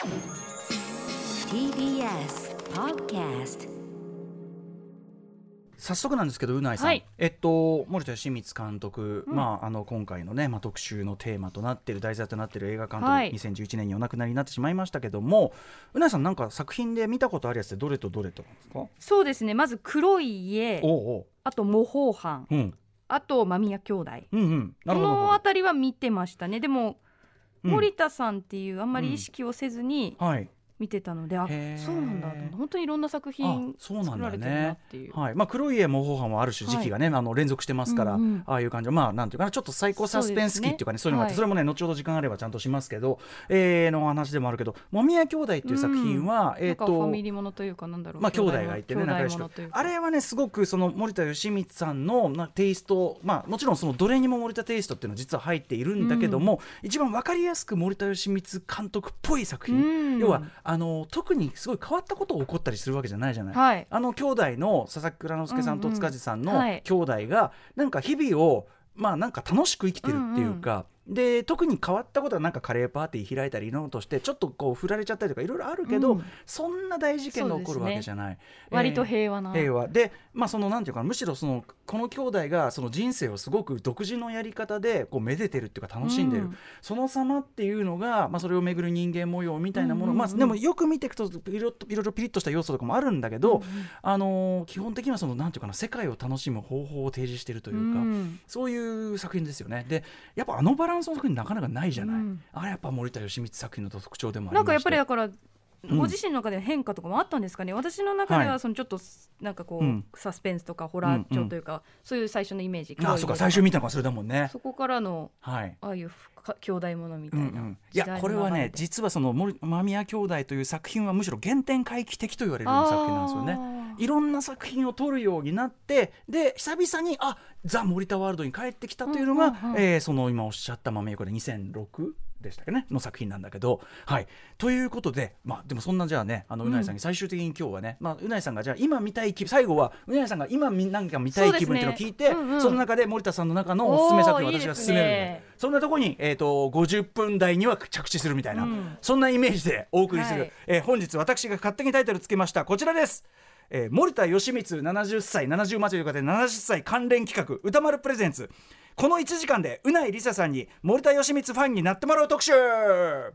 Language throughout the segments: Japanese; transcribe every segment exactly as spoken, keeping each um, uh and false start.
ティービーエス Podcast。 早速なんですけど、うないさん、はい、えっと、森田芳光監督、うんまあ、あの今回の、ねまあ、特集のテーマとなっている題材となっている映画監督、はい、にせんじゅういちねんにお亡くなりになってしまいましたけども、うないさんなんか作品で見たことあるやつってどれとどれとですか？ そうですね、まず黒い家、おうおうあと模倣犯、うん、あと間宮兄弟、うんうん、なるほど、このあたりは見てましたね。でも、うん、森田さんっていうあんまり意識をせずに、うんはい見てたので、あ、そうなんだと思って、本当にいろんな作品作られてるなっていう。 はい、まあ、黒い家模倣犯はある種時期がね、はい、あの連続してますから、うんうん、ああいう感じの、まあなんていうかな、ちょっと最高サスペンス期っていうかね、そういうのがあって、はい、それもね後ほど時間あればちゃんとしますけど、えー、の話でもあるけど、間宮兄弟っていう作品は、 うん、えー、となんかファミリーものというか、なんだろう、 まあ、兄弟がいてね、仲良しく、あれはねすごくその森田芳光さんのなテイスト、まあもちろんそのどれにも森田テイストっていうのは実は入っているんだけども、うん、一番わかりやすく森田芳光監督っぽい作品、うん、要はあの特にすごい変わったことが起こったりするわけじゃないじゃない、はい、あの兄弟の佐々木蔵之介さんと塚地さんの兄弟がなんか日々をまあなんか楽しく生きてるっていうか、うんうんで特に変わったことはなんかカレーパーティー開いたりいろいろとしてちょっとこう振られちゃったりとかいろいろあるけど、うん、そんな大事件が起こるわけじゃない、ねえー、割と平和な平和で、まあそのなんていうかむしろそのこの兄弟がその人生をすごく独自のやり方でこうめでてるっていうか楽しんでる、うん、その様っていうのが、まあ、それをめぐる人間模様みたいなもの、うんうんうんまあ、でもよく見ていくといろいろいろいろピリッとした要素とかもあるんだけど、うんうんあのー、基本的にはそのなんていうかな世界を楽しむ方法を提示しているというか、うん、そういう作品ですよね。でやっぱあのバランスの作品なかなかないじゃない、うん、あれやっぱ森田芳光作品の特徴でもありまして、 なんかやっぱりだからご自身の中で変化とかもあったんですかね、うん、私の中ではそのちょっとなんかこう、はい、サスペンスとかホラー調というか、うんうん、そういう最初のイメージ、 ああそうか最初見たのがそれだもんね。 そこからの、はい、ああいう兄弟ものみたいな、うんうん、 いやこれはね実はその間宮兄弟という作品はむしろ原点回帰的と言われる作品なんですよね。いろんな作品を撮るようになってで久々にあザ・森田ワールドに帰ってきたというのが、うんうんうんえー、その今おっしゃった間宮兄弟にせんろくでしたっけねの作品なんだけど、はい、ということで、まあ、でもそんなじゃあねあのうないさんに最終的に今日はね、うんまあ、うないさんがじゃあ今見たい気最後はうないさんが今何か見たい気分っていうのを聞いて そ,、ねうんうん、その中で森田さんの中のおすすめ作品を私が勧めるので、いいですね、そんなところに、えー、とごじゅっぷん台には着地するみたいな、うん、そんなイメージでお送りする、はいえー、本日私が勝手にタイトルつけましたこちらです。えー、森田芳光ななじゅっさいななじゅう祭りというかでななじゅっさい関連企画歌丸プレゼンツ、このいちじかんでうないりささんに森田芳光ファンになってもらう特集。はい、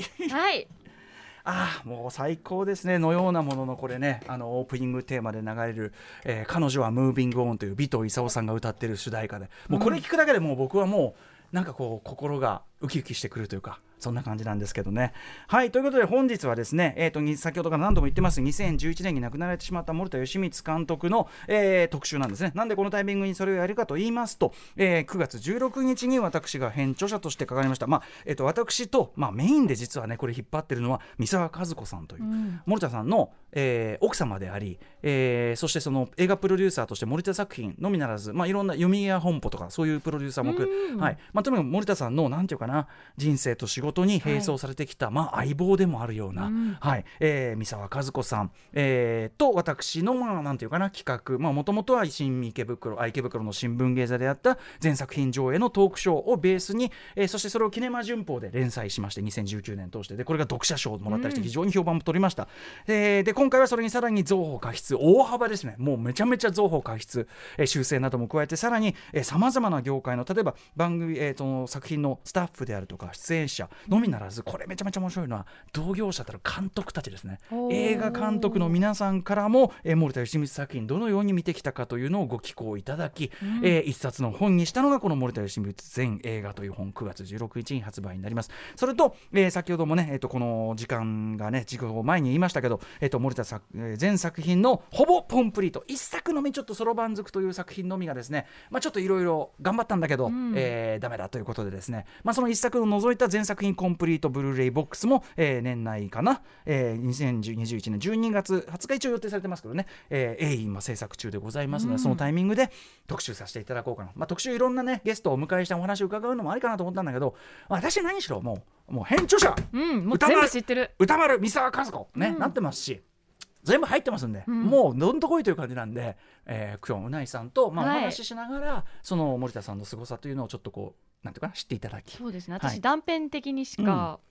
はい、 あもう最高ですねのようなもののこれねあのオープニングテーマで流れる、えー、彼女はムービングオンという尾藤勲さんが歌ってる主題歌でもうこれ聞くだけでもう僕はもうなんかこう心がウキウキしてくるというかそんな感じなんですけどね。はいということで本日はですね、えー、と先ほどから何度も言ってますにせんじゅういちねんに亡くなられてしまった森田芳光監督の、えー、特集なんですね。なんでこのタイミングにそれをやるかと言いますと、えー、くがつじゅうろくにちに私が編著者として関わりました、まあえー、と私と、まあ、メインで実はねこれ引っ張ってるのは三沢和子さんという、うん、森田さんの、えー、奥様であり、えー、そしてその映画プロデューサーとして森田作品のみならず、まあ、いろんな読みや本舗とかそういうプロデューサーも、うんはいまあ、とにかく森田さんのなんていうかな人生と仕事に並走されてきた、はいまあ、相棒でもあるような、うんはいえー、三沢和子さん、えー、と私の、まあ、なんていうかな企画もともとは新池袋あ池袋の新聞芸座であった全作品上映のトークショーをベースに、えー、そしてそれをキネマ旬報で連載しましてにせんじゅうきゅうねん通してでこれが読者賞をもらったりして非常に評判も取りました、うんえー、で今回はそれにさらに増補過失大幅ですねもうめちゃめちゃ増補過失、えー、修正なども加えてさらにさまざまな業界の例えば番組、えー、との作品のスタッフであるとか出演者のみならずこれめちゃめちゃ面白いのは同業者たる監督たちですね。映画監督の皆さんからも、えー、森田芳光作品どのように見てきたかというのをご寄稿いただき、うんえー、一冊の本にしたのがこの森田芳光全映画という本くがつじゅうろくにちに発売になります。それと、えー、先ほどもね、えー、とこの時間がね時間前に言いましたけど、えー、と森田作、えー、全作品のほぼコンプリート一作のみちょっとそろばんずくという作品のみがですね、まあ、ちょっといろいろ頑張ったんだけど、うんえー、ダメだということでですね、まあ、その一作を除いた全作品コンプリートブルーレイボックスも、えー、年内かな、えー、にせんにじゅういちねんじゅうにがつはつか一応予定されてますけどね、えー、鋭意今制作中でございますので、うん、そのタイミングで特集させていただこうかな、まあ、特集いろんなねゲストをお迎えしてお話を伺うのもありかなと思ったんだけど、私何しろもう、もう編著者、 うん、もう全部知ってる歌丸三沢和子ね、うん、なってますし全部入ってますんで、うん、もうどんとこいという感じなんで、えー、今日うないさんと、まあ、お話ししながら、はい、その森田さんの凄さというのをちょっとこうなんていうかな知っていただき、 そうですね私、はい、断片的にしか、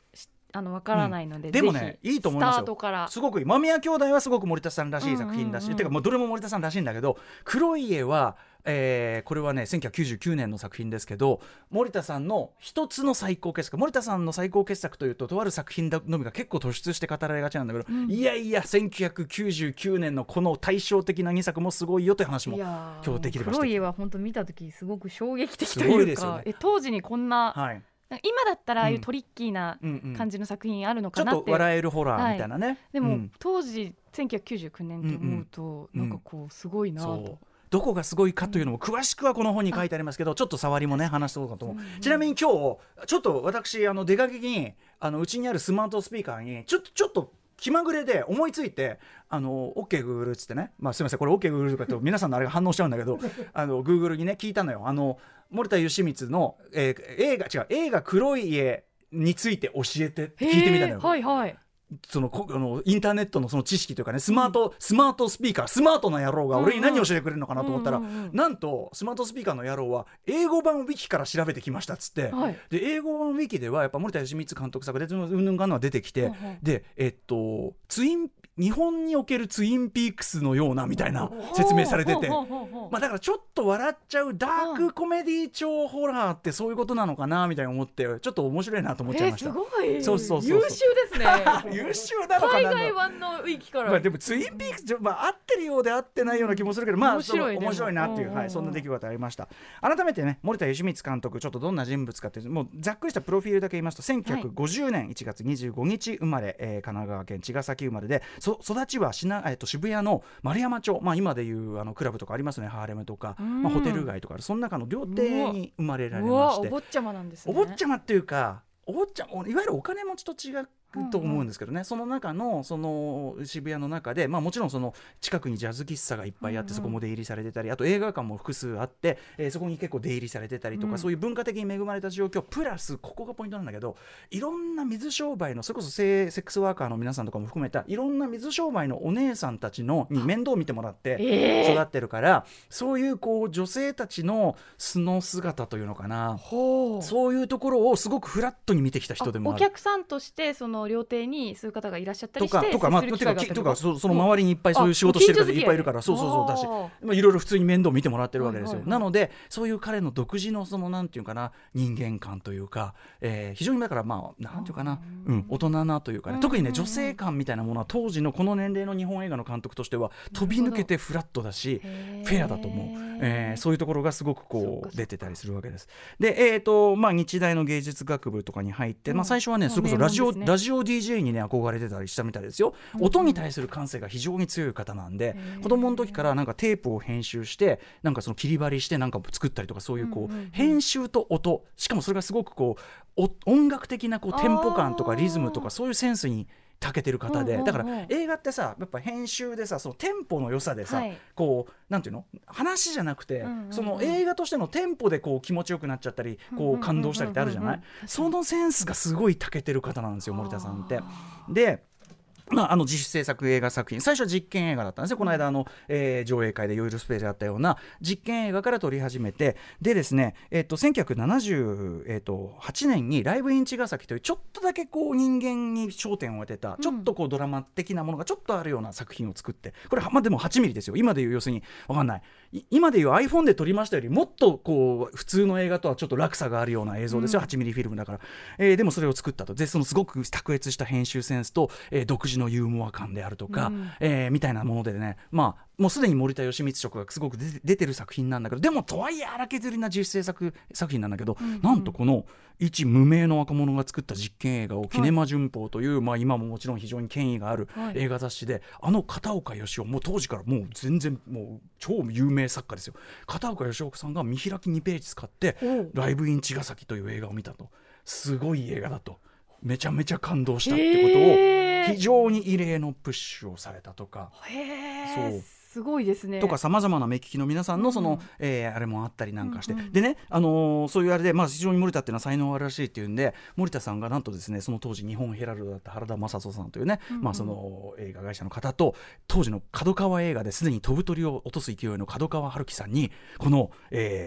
あのわからないので、 うん、でもねいいと思いますよ。 スタートからすごく間宮兄弟はすごく森田さんらしい作品だし、うんうんうん、てかもうどれも森田さんらしいんだけど、黒い家はえー、これはねせんきゅうひゃくきゅうじゅうきゅうねんの作品ですけど、森田さんの一つの最高傑作、森田さんの最高傑作というととある作品のみが結構突出して語られがちなんだけど、うん、いやいやせんきゅうひゃくきゅうじゅうきゅうねんのこの対照的なにさくもすごいよという話も今日できればして、 黒い家は本当見た時すごく衝撃的というか、ね、え当時にこんな、はい、今だったらああいうトリッキーな感じの作品あるのかなって、 うんうんうん、ちょっと笑えるホラーみたいなね、はい、 でも、うん、当時せんきゅうひゃくきゅうじゅうきゅうねんと思うと、うんうん、なんかこうすごいなと、 どこがすごいかというのも詳しくはこの本に書いてありますけど、ちょっと触りもね話そうかと思う、うん、ちなみに今日ちょっと私あの出かけにあのうちにあるスマートスピーカーにちょっとちょっと気まぐれで思いついて、あの OK Google っつってね、まあすみませんこれ OK Google とかと皆さんのあれが反応しちゃうんだけどあの Google にね聞いたのよ。あの森田義満の、えー、映画違う映画黒い家について教えてって聞いてみたのよ。 はいはい。 そのあのインターネットのその知識というかね、スマート、うん、スマートスピーカースマートな野郎が俺に何を教えてくれるのかなと思ったら、うんうん、なんとスマートスピーカーの野郎は英語版ウィキから調べてきましたっつって、はい、で英語版ウィキではやっぱ森田義満監督作でうんぬんがんのは出てきて、うんうん、でえっとツイン日本におけるツインピークスのようなみたいな説明されてて、まあだからちょっと笑っちゃうダークコメディ超ホラーってそういうことなのかなみたいに思ってちょっと面白いなと思っちゃいました。 えー、すごいそうそうそうそう優秀ですね優秀なのかな。 海外版のウィキから、 まあ、でもツインピークス、まあ、合ってるようで合ってないような気もするけど、まあ面白い、 面白いなっていう、はい、そんな出来事ありました。改めてね森田義満監督ちょっとどんな人物かってもうざっくりしたプロフィールだけ言いますとせんきゅうひゃくごじゅうねんいちがつにじゅうごにち生まれ、えー、神奈川県茅ヶ崎生まれでそ育ちはしな、えー、と渋谷の丸山町、まあ、今でいうあのクラブとかありますね、ハーレムとか、まあ、ホテル街とかその中の料亭に生まれられまして、 お坊ちゃまなんですね。 お坊ちゃまっていうかお坊ちゃまいわゆるお金持ちと違うと思うんですけどね、うんうん、その中のその渋谷の中で、まあ、もちろんその近くにジャズ喫茶がいっぱいあって、うんうん、そこも出入りされてたり、あと映画館も複数あって、えー、そこに結構出入りされてたりとか、うん、そういう文化的に恵まれた状況プラスここがポイントなんだけど、いろんな水商売のそれこそ性セックスワーカーの皆さんとかも含めたいろんな水商売のお姉さんたちのに面倒を見てもらって育ってるから、えー、そういうこう女性たちの素の姿というのかな、そういうところをすごくフラットに見てきた人でもある。 お客さんとしてその料亭にそういう方がいらっしゃったりしてとか、まあ、とかとか そ, その周りにいっぱいそういう仕事してる方いっぱいいるから、そうそうそうだし、まあ、いろいろ普通に面倒見てもらってるわけですよ、はいはいはい、なのでそういう彼の独自のそのなんていうかな人間観というか、えー、非常にだからまあなんていうかな、うん、大人なというかね、特にね女性観みたいなものは当時のこの年齢の日本映画の監督としては飛び抜けてフラットだしフェアだと思う、えー、そういうところがすごくこう出てたりするわけです。で、えーとまあ、日大の芸術学部とかに入って、まあ、最初はねそれこそラジオ、ね、ラジオ ディージェー にね憧れてたりしたみたいですよ。音に対する感性が非常に強い方なんで、子供の時からなんかテープを編集してなんかその切り張りしてなんか作ったりとか、そういうこう編集と音、しかもそれがすごくこう音楽的なこうテンポ感とかリズムとかそういうセンスに長けてる方で、だから映画ってさやっぱ編集でさそのテンポの良さでさ、はい、こうなんていうの話じゃなくて、うんうんうん、その映画としてのテンポでこう気持ちよくなっちゃったりこう感動したりってあるじゃない、そのセンスがすごい長けてる方なんですよ森田さんって。でまあ、あの自主制作映画作品、最初は実験映画だったんですよ。この間あの、えー、上映会でヨイルスペースであったような実験映画から撮り始めて、でですね、えー、とせんきゅうひゃくななじゅうはちねんにライブイン茅ヶ崎というちょっとだけこう人間に焦点を当てたちょっとこうドラマ的なものがちょっとあるような作品を作って、これは、まあ、でもはちミリですよ。今でいう要するに分かんない今でいう iPhone で撮りましたよりもっとこう普通の映画とはちょっと落差があるような映像ですよ、うん、はちミリフィルムだから、えー、でもそれを作ったと。でそのすごく卓越した編集センスと、えー、独自のユーモア感であるとか、うんえー、みたいなものでね、まあもうすでに森田義満色がすごく出て、出てる作品なんだけど、でもとはいえ荒削りな自主制作作品なんだけど、うんうん、なんとこの一無名の若者が作った実験映画をキネマ旬報という、はいまあ、今ももちろん非常に権威がある映画雑誌で、はい、あの片岡義雄、もう当時からもう全然もう超有名作家ですよ。片岡義雄さんが見開きにページ使ってライブイン茅ヶ崎という映画を見たと、すごい映画だとめちゃめちゃ感動したってことを非常に異例のプッシュをされたとか、 へそうすごいですねとか、さまざまな目利きの皆さんのその、うんえー、あれもあったりなんかして、うんうん、でね、あのー、そういうあれで、まあ、非常に森田っていうのは才能あるらしいっていうんで、森田さんがなんとですねその当時日本ヘラルドだった原田雅人さんというね、うんうんまあ、その映画会社の方と当時の角川映画ですでに飛ぶ鳥を落とす勢いの角川春樹さんにこの、えー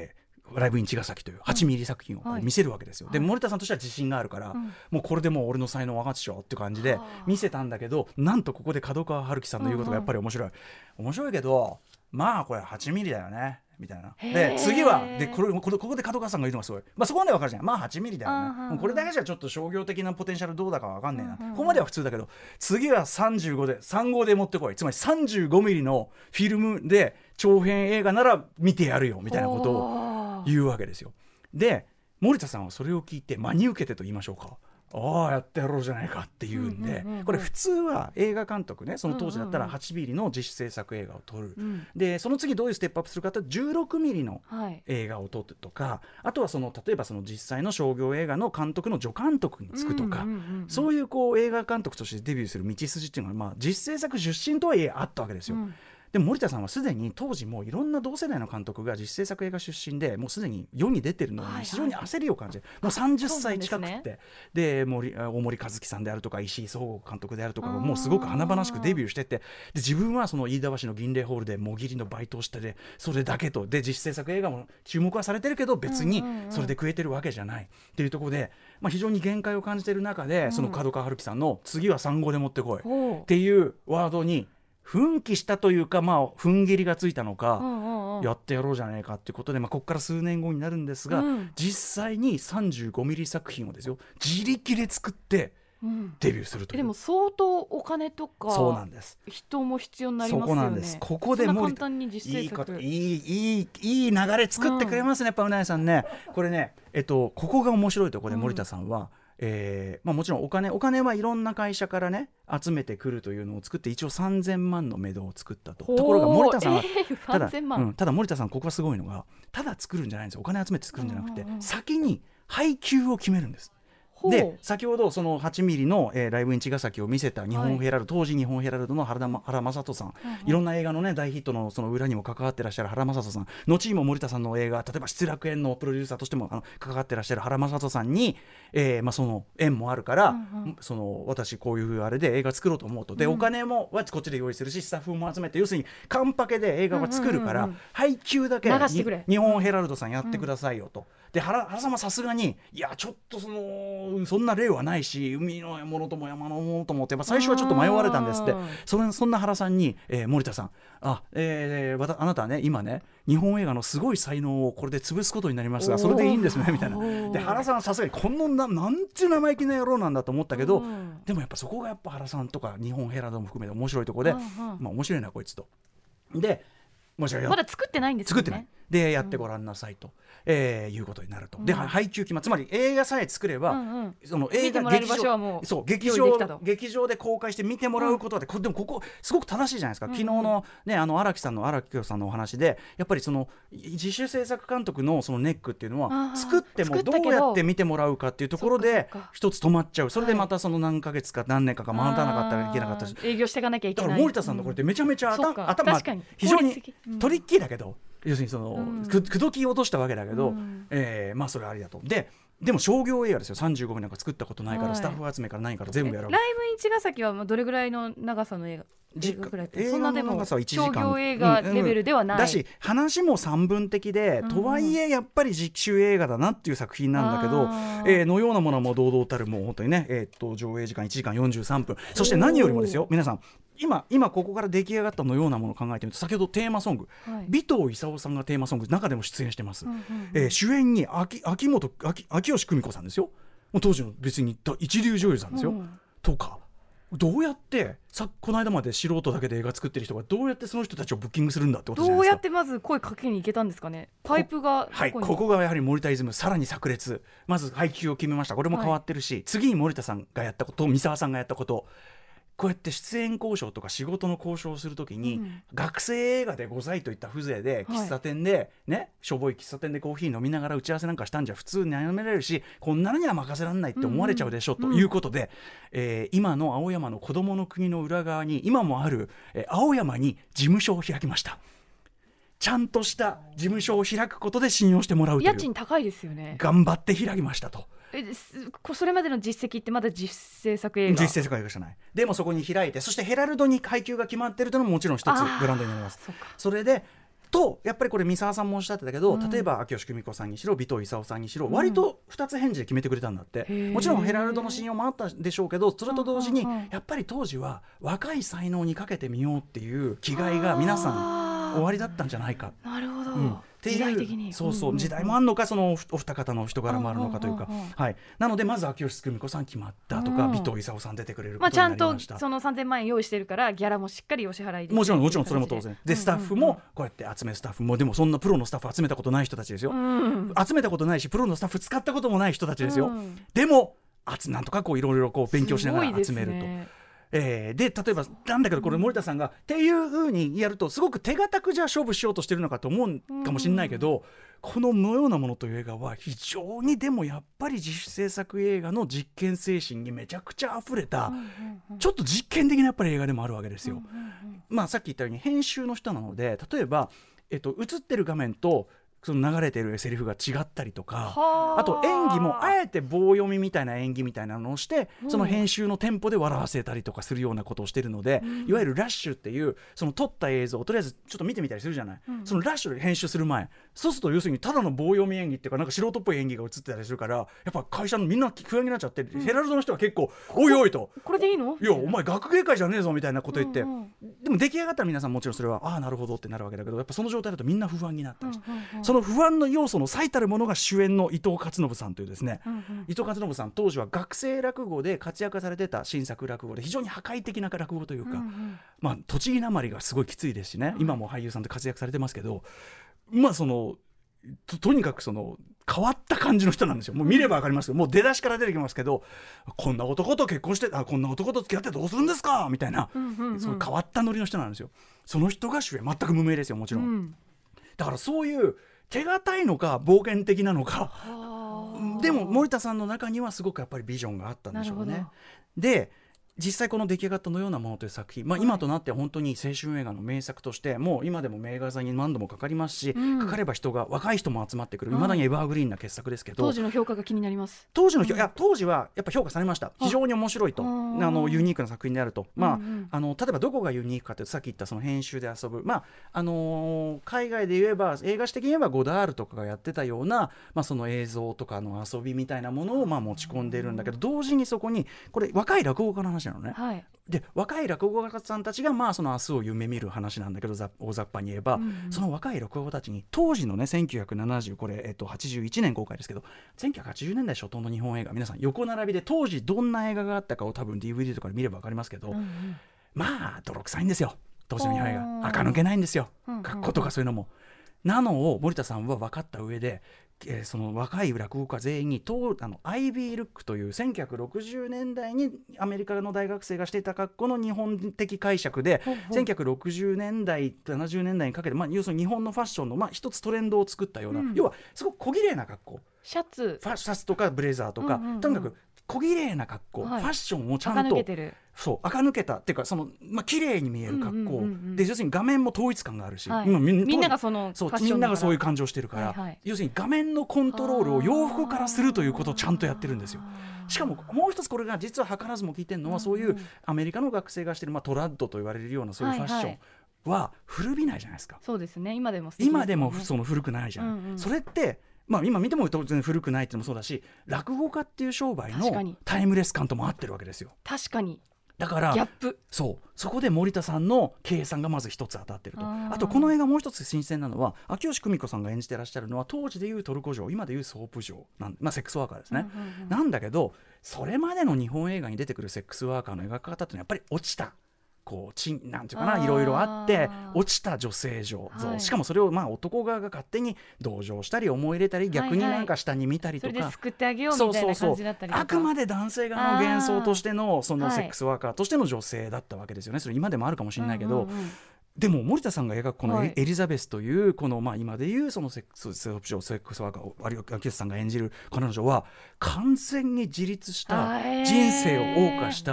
ライブイン茅ヶ崎というはちミリ作品をこう見せるわけですよ、うんはい、で森田さんとしては自信があるから、うん、もうこれでもう俺の才能分かっちゃうっていう感じで見せたんだけど、なんとここで角川春樹さんの言うことがやっぱり面白い、うんうん、面白いけどまあこれはちミリだよねみたいな。で次はでこれこれここで角川さんが言うのがすごい、まあ、そこまで分かるじゃん、まあはちミリだよね、これだけじゃちょっと商業的なポテンシャルどうだか分かんねえな、ここまでは普通だけど次はさんじゅうごでさんじゅうごで持ってこい、つまりさんじゅうごミリのフィルムで長編映画なら見てやるよみたいなことを言うわけですよ。で森田さんはそれを聞いて真に受けてと言いましょうか、ああやってやろうじゃないかっていうんで、うんうんうんうん、これ普通は映画監督ね、その当時だったらはちミリの自主制作映画を撮る、うんうん、でその次どういうステップアップするかとじゅうろくミリの映画を撮るとか、はい、あとはその例えばその実際の商業映画の監督の助監督に就くとか、うんうんうんうん、そういうこう映画監督としてデビューする道筋っていうのは、まあ、実制作出身とはいえあったわけですよ、うん。でも森田さんはすでに当時もいろんな同世代の監督が実制作映画出身でもうすでに世に出てるのに非常に焦りを感じる、はいはい、もうさんじゅっさい近くって、で、ね、森大森一樹さんであるとか石井壮吾監督であるとかもうすごく華々しくデビューしてって、で自分はその飯田橋の銀霊ホールでもぎりのバイトをしてでそれだけとで実制作映画も注目はされてるけど別にそれで食えてるわけじゃないっていうところで、まあ、非常に限界を感じている中でその角川春樹さんの次は産後で持ってこいっていうワードに奮起したというか、まあ、踏ん切りがついたのか、うんうんうん、やってやろうじゃないかっていうことで、まあ、ここから数年後になるんですが、うん、実際にさんじゅうごミリ作品をですよ自力で作ってデビューするという、 うん、でも相当お金とかそうなんです人も必要になりますよね。 そこなんです。ここでも簡単に実制作いいいいいいいい流れ作ってくれますね、うん、やっぱうなやさんね。これね、えっと、ここが面白いところで森田さんは、うんえーまあ、もちろんお金お金はいろんな会社からね集めてくるというのを作って一応さんぜんまんの目処を作ったと。ところが森田さんは、 えー、ただ、 うん、ただ森田さんここがすごいのがただ作るんじゃないんですよ。お金集めて作るんじゃなくて、うんうん、先に配給を決めるんです。で先ほどそのはちミリの、えー、ライブイン茅ヶ崎を見せた日本ヘラルド、はい、当時日本ヘラルドの原田原正人さん、うんうん、いろんな映画の、ね、大ヒット の, その裏にも関わってらっしゃる原正人さん、後にも森田さんの映画例えば失楽園のプロデューサーとしてもあの関わってらっしゃる原正人さんに、えーまあ、その縁もあるから、うんうん、その私こういうあれで映画作ろうと思うとで、うん、お金もはこっちで用意するしスタッフも集めて要するにカンパケで映画は作るから、うんうんうんうん、配給だけ日本ヘラルドさんやってくださいよと、うん、で 原, 原様さすがにいやちょっとそのそんな例はないし海のものとも山のものともって、まあ、最初はちょっと迷われたんですって。そ, れそんな原さんに、えー、森田さん あ,、えー、あなたはね今ね日本映画のすごい才能をこれで潰すことになりますがそれでいいんですねみたいな。で原さんはさすがにこんななんていう生意気な野郎なんだと思ったけど、でもやっぱそこがやっぱ原さんとか日本ヘラルドも含めて面白いところで、まあ、面白いなこいつと。でまだ作ってないんですよね。 作ってないでやってごらんなさいと、うんえー、いうことになると。で、うん、配給決まつまり映画さえ作れば、うんうん、その映画劇場そう劇場劇場で公開して見てもらうことで、うん、でもここすごく正しいじゃないですか、うんうん、昨日のねあの荒木さんの荒木京さんのお話でやっぱりその自主制作監督のそのネックっていうのは作ってもどうやって見てもらうかっていうところで一つ止まっちゃう。それでまたその何ヶ月か何年かか回らなかったらいけなかったし、 営業していかなきゃいけない。 だから森田さんのこれってめちゃめちゃ頭、うん、頭非常にトリッキーだけど、要するにその、うん、く口説き落としたわけだけど、うんえー、まあそれはありだと。ででも商業映画ですよ。さんじゅうごミリなんか作ったことないから、はい、スタッフ集めから何から全部やろう。 ライブイン茅ヶ崎はどれぐらいの長さの映画映画ぐらいそんなでも商業映画レベルではない、 うんうん、だし話も三分的で、うん、とはいえやっぱり実習映画だなっていう作品なんだけど、えー、のようなものはもう堂々たるもう本当にね、えー、っと上映時間いちじかんよんじゅうさんぷん、そして何よりもですよ皆さん今, 今ここから出来上がったのようなものを考えてみると、先ほどテーマソング、はい、尾藤勲さんがテーマソング中でも出演してます、うんうんうんえー、主演に 秋, 秋元 秋, 秋吉久美子さんですよ。もう当時の別に一流女優さんですよ、うん、とかどうやってさこの間まで素人だけで映画作ってる人がどうやってその人たちをブッキングするんだってことじゃないですか。 どうやってまず声かけに行けたんですかね。パイプがこはいここがやはり森田イズムさらに炸裂。まず配給を決めました。これも変わってるし、はい、次に森田さんがやったこと三沢さんがやったこと、こうやって出演交渉とか仕事の交渉をするときに、うん、学生映画でございといった風情で喫茶店で、はいね、しょぼい喫茶店でコーヒー飲みながら打ち合わせなんかしたんじゃ普通悩められるし、こんなのには任せられないって思われちゃうでしょ、うんうん、ということで、えー、今の青山の子どもの国の裏側に今もある、えー、青山に事務所を開きました。ちゃんとした事務所を開くことで信用してもらうという。 家賃高いですよね。 頑張って開きましたと。 えそれまでの実績ってまだ実制作映画実制作映画じゃない。でもそこに開いて、そしてヘラルドに配給が決まってるというのももちろん一つブランドになります。 そ, それでとやっぱりこれ三沢さんもおっしゃってたけど、うん、例えば秋吉久美子さんにしろ尾藤勲さんにしろ、うん、割とふたつ返事で決めてくれたんだって、うん、もちろんヘラルドの信用もあったでしょうけど、それと同時にやっぱり当時は若い才能にかけてみようっていう気概が皆さん終わりだったんじゃないか。 なるほど、 うん時代的にそうそう、うんうんうん、時代もあるのか、そのお二方の人柄もあるのかというか、うんうんうん、はい、なのでまず秋吉久美子さん決まったとか、尾藤勲さん出てくれることになりました、まあ、 ちゃんとそのさんぜんまんえん用意してるからギャラもしっかりお支払いでもちろんもちろんそれも当然で、スタッフもこうやって集めるスタッフもでもそんなプロのスタッフ集めたことない人たちですよ、うん、集めたことないしプロのスタッフ使ったこともない人たちですよ、うん、でもあつなんとかこういろいろこう勉強しながら集めると。えー、で例えばなんだけどこれ森田さんが、うん、っていう風にやるとすごく手堅くじゃあ勝負しようとしてるのかと思うかもしれないけど、うん、この「のようなもの」という映画は非常にでもやっぱり自主制作映画の実験精神にめちゃくちゃ溢れた、うんうんうん、ちょっと実験的なやっぱり映画でもあるわけですよ、うんうんうん、まあさっき言ったように編集の人なので例えば、えっと、映ってる画面とその流れてるセリフが違ったりとか、あと演技もあえて棒読みみたいな演技みたいなのをして、うん、その編集のテンポで笑わせたりとかするようなことをしてるので、うん、いわゆるラッシュっていうその撮った映像をとりあえずちょっと見てみたりするじゃない、うん、そのラッシュで編集する前、そうすると要するにただの棒読み演技っていうかなんか素人っぽい演技が映ってたりするから、やっぱ会社のみんな不安になっちゃって、うん、ヘラルドの人は結構おいおいとこれでいいの、 いやお前学芸会じゃねえぞみたいなこと言って、うんうん、でも出来上がったら皆さんもちろんそれはああなるほどってなるわけだけど、やっぱその状態だとみんな不安になったりして、うんうんうん、その不安の要素その最たるものが主演の伊藤勝信さんというですね、うんうん、伊藤勝信さん当時は学生落語で活躍されてた新作落語で非常に破壊的な落語というか、うんうん、まあ栃木なまりがすごいきついですしね、今も俳優さんで活躍されてますけど、まあその と, とにかくその変わった感じの人なんですよ。もう見れば分かりますけど、もう出だしから出てきますけど、こんな男と結婚してあこんな男と付き合ってどうするんですかみたいな、うんうんうん、その変わったノリの人なんですよ。その人が主演、全く無名ですよもちろん、うん、だからそういう手堅いのか冒険的なのか、でも森田さんの中にはすごくやっぱりビジョンがあったんでしょうね。で実際この出来上がったのようなものという作品、まあ、今となっては本当に青春映画の名作としてもう今でも名画座に何度もかかりますし、うん、かかれば人が若い人も集まってくる、いまだにエバーグリーンな傑作ですけど、 当時の評価が気になります。 当時の、うん、いや当時はやっぱ評価されました。非常に面白いと、あのユニークな作品であると、まあうんうん、あの例えばどこがユニークかというとさっき言ったその編集で遊ぶ、まああのー、海外で言えば映画史的に言えばゴダールとかがやってたような、まあ、その映像とかの遊びみたいなものをまあ持ち込んでいるんだけど、同時にそこにこれ若い落語家の話なのね、はい、で若い落語家さんたちがまあその明日を夢見る話なんだけど、大雑把に言えば、うんうん、その若い落語家たちに当時のねせんきゅうひゃくななじゅうこれ、えっと、はちじゅういちねん公開ですけどせんきゅうひゃくはちじゅうねんだい初頭の日本映画皆さん横並びで当時どんな映画があったかを多分 ディーブイディー とかで見れば分かりますけど、うんうん、まあ泥臭いんですよ当時の日本映画。垢抜けないんですよ、格好とかそういうのも、うんうん、なのを森田さんは分かった上でえー、その若い落語家全員にとあのアイビールックというせんきゅうひゃくろくじゅうねんだいにアメリカの大学生がしていた格好の日本的解釈で、ほうほうせんきゅうひゃくろくじゅうねんだいななじゅうねんだいにかけて、まあ、要するに日本のファッションの、まあ、一つトレンドを作ったような、うん、要はすごく小綺麗な格好、 シャツファシャツとかブレザーとか、うんうんうん、とにかく小綺麗な格好、はい、ファッションをちゃんとそう垢抜けたっていうかその、まあ綺麗に見える格好、うんうんうんうん、で要するに画面も統一感があるし、 はい、今みんながそのそうみんながそういう感情をしてるから、はいはい、要するに画面のコントロールを洋服からするということをちゃんとやってるんですよ。しかももう一つこれが実は図らずも聞いてるのは、うんうん、そういうアメリカの学生がしてる、まあ、トラッドと言われるようなそういうファッション、はいはいは古びないじゃないですか。 そうですね、今でも素敵ですね。 今でもその古くないじゃん、うんうん、それってまあ、今見ても当然古くないっていうのもそうだし、落語家っていう商売のタイムレス感とも合ってるわけですよ。 確かにだからギャップ、 そうそこで森田さんの計算がまず一つ当たってると。 あ, あとこの映画もう一つ新鮮なのは秋吉久美子さんが演じてらっしゃるのは当時でいうトルコ嬢、今でいうソープ嬢なん、まあ、セックスワーカーですね、うんうんうん、なんだけどそれまでの日本映画に出てくるセックスワーカーの描き方ってやっぱり落ちたこうちなんていうかないろいろあって落ちた女性像、はい、しかもそれをまあ男側が勝手に同情したり思い入れたり逆になんか下に見たりとか、はいはい、 それで救ってあげようみたいな感じだったりとか、 そうそうそう、あくまで男性側の幻想としてのそのセックスワーカーとしての女性だったわけですよね。それ今でもあるかもしれないけど、うんうんうん、でも森田さんが描くこのエリザベスというこのまあ今でいうそのセックスセックスワーカーを秋吉さんが演じる彼女は完全に自立した人生を謳歌した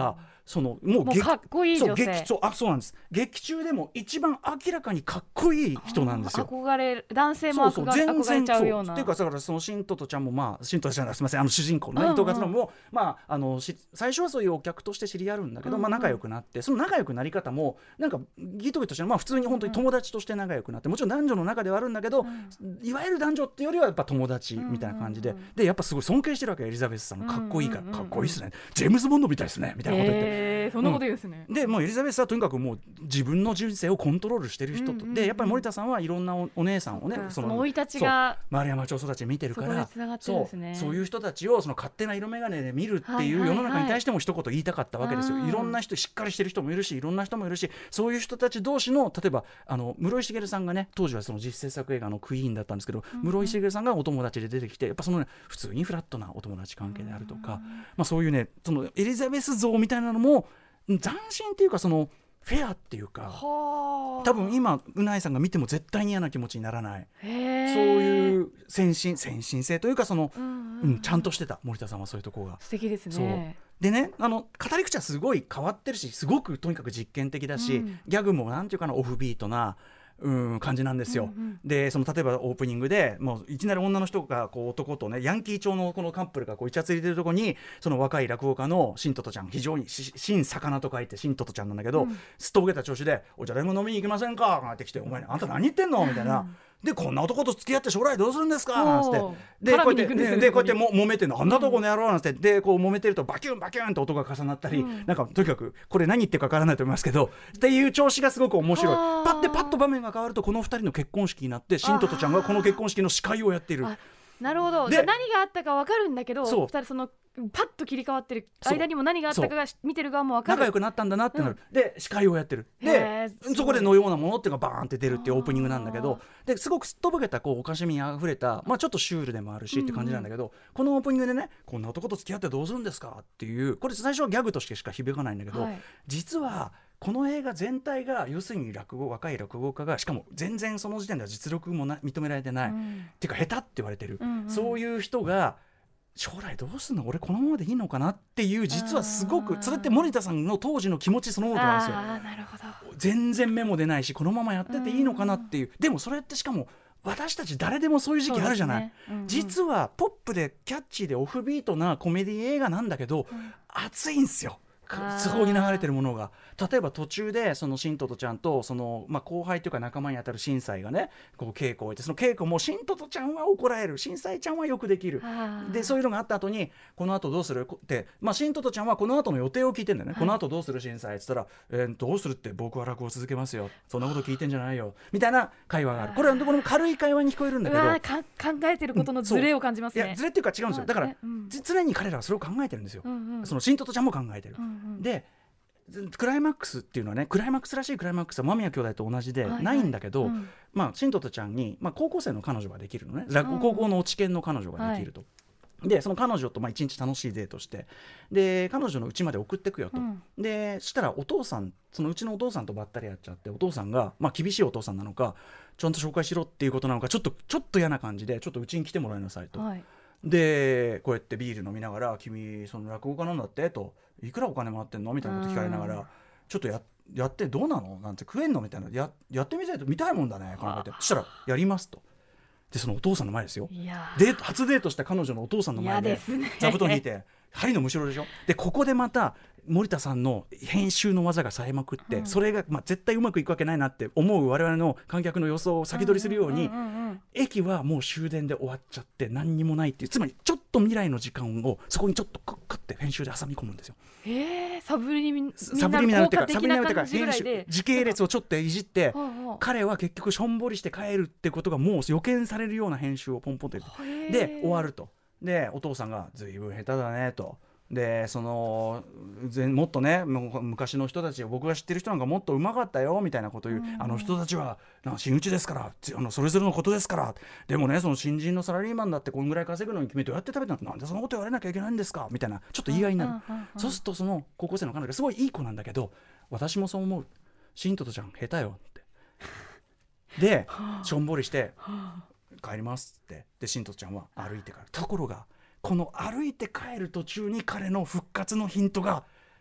そのもうもうかっこいい女性、 そう劇そうあそうなんです。劇中でも一番明らかにかっこいい人なんですよ。 憧れ男性も憧れ、憧れちゃうような。 っていうかだからそのシントトちゃんもまあシントトちゃんすみませんあの主人公のね伊藤勝信もまああのし最初はそういうお客として知り合うんだけど、うんうん、まあ仲良くなってその仲良くなり方もなんかギトギトしてまあ普通に本当に友達として仲良くなってもちろん男女の中ではあるんだけど、うん、いわゆる男女っていうよりはやっぱ友達みたいな感じで、うんうんうん、でやっぱすごい尊敬してるわけエリザベスさんもかっこいいから、うんうんうん、かっこいいですねジェームズボンドみたいですねみたいなこと言って、 えー、そんなこと言うんですね、 うん、でもうエリザベスはとにかくもう自分の人生をコントロールしてる人と、うんうんうん、でやっぱり森田さんはいろんな お, お姉さんをねその生い立ちが丸山町育ち見てるからそこで繋がってるんですね。 そう、そういう人たちをその勝手な色眼鏡で見るっていう世の中に対しても一言言いたかったわけですよ、はいはいはい、いろんな人しっかりしてる人もいるしいろんな人もいるしそういう人たち同士の例えばあの室井茂さんがね当時はその実制作映画のクイーンだったんですけど、うんうん、室井茂さんがお友達で出てきてやっぱその、ね、普通にフラットなお友達関係であるとか、うんまあ、そういうねそのエリザベス像みたいなのも斬新っていうかそのフェアっていうか多分今うないさんが見ても絶対に嫌な気持ちにならないそういう先進先進性というかその、うんうんうん、ちゃんとしてた森田さんはそういうところが素敵ですね。 でねあの語り口はすごい変わってるしすごくとにかく実験的だし、うん、ギャグもなんていうかなオフビートなうん感じなんですよ、うんうん、でその例えばオープニングでもういきなり女の人がこう男とねヤンキー調のこのカップルがこうイチャついてるところにその若い落語家のシントトちゃん非常に新魚と書いてシントトちゃんなんだけど、うん、すっとぼけた調子でお茶でも飲みに行きませんかって来てお前あんた何言ってんのみたいな、うんでこんな男と付き合って将来どうするんですかなんつってでこうやって、ね、でこうやっても揉めてんのあんなとこの野郎なんつってでこう揉めてるとバキュンバキュンって音が重なったり、うん、なんかとにかくこれ何言ってるか分からないと思いますけどっていう調子がすごく面白いパッてパッと場面が変わるとこのふたりの結婚式になってシントトちゃんがこの結婚式の司会をやっている。 なるほど。何があったか分かるんだけどふたりそのパッと切り替わってる間にも何があったかが見てる側も分かる仲良くなったんだなってなる、うん、で司会をやってるでそこでのようなものっていうのがバーンって出るっていうオープニングなんだけどですごくすっとぼけたこうおかしみにあふれた、まあ、ちょっとシュールでもあるしって感じなんだけど、うんうん、このオープニングでねこんな男と付き合ってどうするんですかっていうこれ最初はギャグとしてしか響かないんだけど、はい、実はこの映画全体が要するに落語若い落語家がしかも全然その時点では実力もな認められてない、うん、っていうか下手って言われてる、うんうん、そういう人が将来どうすんの俺このままでいいのかなっていう実はすごくそれって森田さんの当時の気持ちそのものなんですよ。 あなるほど全然目も出ないしこのままやってていいのかなっていう、うん、でもそれってしかも私たち誰でもそういう時期あるじゃない、ねうんうん、実はポップでキャッチーでオフビートなコメディ映画なんだけど、うん、熱いんですよそこに流れてるものが例えば途中でそのシントトちゃんとその、まあ、後輩というか仲間に当たるシンサイがねこう稽古を終えてその稽古もシントトちゃんは怒られるシンサイちゃんはよくできるでそういうのがあった後にこの後どうするって、まあ、シントトちゃんはこの後の予定を聞いてんだよね、はい、この後どうするシンサイって言ったら、えー、どうするって僕は落語を続けますよそんなこと聞いてんじゃないよみたいな会話があるこれはこれも軽い会話に聞こえるんだけどうわか考えてることのズレを感じますね、 うん、いやズレっていうか違うんですよだから、うん、常に彼らはそれを考えてるんですよ、うんうん、そのシントトちゃんも考えてる、うんうん、でクライマックスっていうのはねクライマックスらしいクライマックスは間宮兄弟と同じでないんだけど、はいはいうんまあ、シントトちゃんに、まあ、高校生の彼女ができるのね、うん、高校の落研の彼女ができると、はい、でその彼女とまあ一日楽しいデートしてで彼女の家まで送ってくよと、うん、でしたらお父さんそのうちのお父さんとばったりやっちゃってお父さんが、まあ、厳しいお父さんなのかちゃんと紹介しろっていうことなのかちょっとちょっと嫌な感じでちょっとうちに来てもらいなさいと、はいでこうやってビール飲みながら君その落語家なんだってといくらお金もらってんのみたいなこと聞かれながらちょっと や, やってどうなのなんて食えんのみたいな や, やってみたいと見たいもんだねこのってそしたらやりますとでそのお父さんの前ですよデート初デートした彼女のお父さんの前で座布団引いて針のむしろでしょでここでまた森田さんの編集の技が冴えまくって、うん、それが、まあ、絶対うまくいくわけないなって思う我々の観客の予想を先取りするように、うんうんうんうん、駅はもう終電で終わっちゃって何にもないっていうつまりちょっと未来の時間をそこにちょっとクックって編集で挟み込むんですよ。 へーサブリミサブリミナルっていうかサブリミナルっていうか編集時系列をちょっといじって彼は結局しょんぼりして帰るってことがもう予見されるような編集をポンポンってで終わるとでお父さんがずいぶん下手だねとでそのもっとね昔の人たち僕が知ってる人なんかもっとうまかったよみたいなことを言う、うん、あの人たちは真打ちですからあのそれぞれのことですからでもねその新人のサラリーマンだってこんぐらい稼ぐのに君どうやって食べたのなんでそんなこと言われなきゃいけないんですかみたいなちょっと言い合いになる、うんうんうん、そうするとその高校生の彼女がすごいいい子なんだけど私もそう思うシントトちゃん下手よってでしょんぼりして帰りますってでシントトちゃんは歩いてからところがこの歩いて帰る途中に彼の復活のヒントが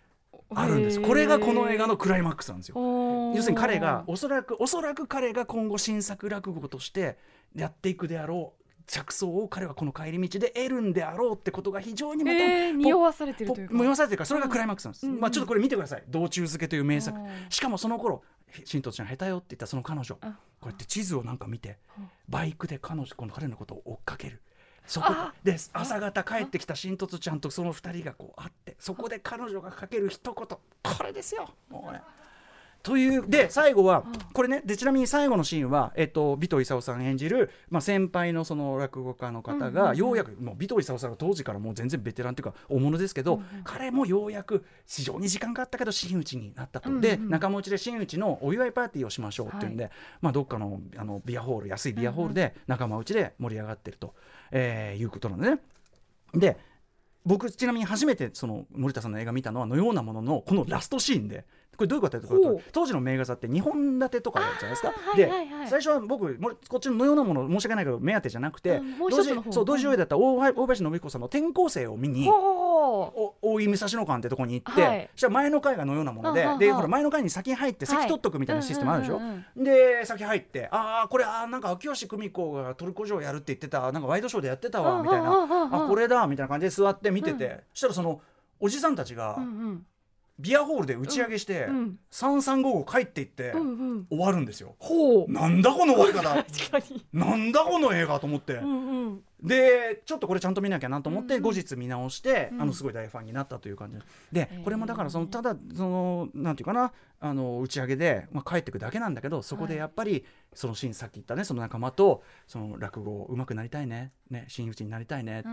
あるんです。これがこの映画のクライマックスなんですよ。要するに彼がおそらくおそらく彼が今後新作落語としてやっていくであろう着想を彼はこの帰り道で得るんであろうってことが非常にまた、 えー、匂わされてるというか匂わされてるからそれがクライマックスなんです、 うんまあ、ちょっとこれ見てください。道中漬けという名作。しかもその頃新藤ちゃん下手よって言ったその彼女こうやって地図をなんか見てバイクで彼女この彼のことを追っかける。そこで朝方帰ってきた新藤ちゃんとそのふたりがこう会ってそこで彼女がかける一言これですよもうねというで最後はこれねでちなみに最後のシーンは、えっと、尾藤勲さん演じる、まあ、先輩のその落語家の方がようやく、もう尾藤勲さんが当時からもう全然ベテランというか大物ですけど、うんうん、彼もようやく非常に時間があったけど真打ちになったと、うんうん、で仲間内で真打ちのお祝いパーティーをしましょうっていうんで、はいまあ、どっか の, あのビアホール安いビアホールで仲間内で盛り上がってると、えー、いうことなんでね。で僕ちなみに初めてその森田さんの映画見たのはのようなもののこのラストシーンでこれどういうことかというと当時の名画座ってにほん立てとかやるじゃないですか。で、はいはいはい、最初は僕こっちののようなもの申し訳ないけど目当てじゃなくて、うん、もう一つの方そう同時上映だった大林信彦さんの転校生を見に大井武蔵野館ってとこに行って、はい、そしたら前の回がのようなもので、はははでほら前の回に先入って席取っとくみたいなシステムあるでしょ、はいうんうんうん、で先入ってああこれあなんか秋吉久美子がトルコ城やるって言ってたなんかワイドショーでやってたわみたいなあこれだみたいな感じで座って見てて、うん、そしたらそのおじさんたちが、うんうんビアホールで打ち上げして、うんうん、さんさんごご帰っていって、うんうん、終わるんですよ。ほうなんだこの終わり方なんだこの映画と思って、うんうん、でちょっとこれちゃんと見なきゃなと思って、うんうん、後日見直して、うん、あのすごい大ファンになったという感じで、うん、これもだからそのただそのなんていうかなあの打ち上げで、まあ、帰ってくだけなんだけどそこでやっぱり、はい、そのシーンさっき言ったねその仲間とその落語上手くなりたいねね真打ちになりたいね、うんうん、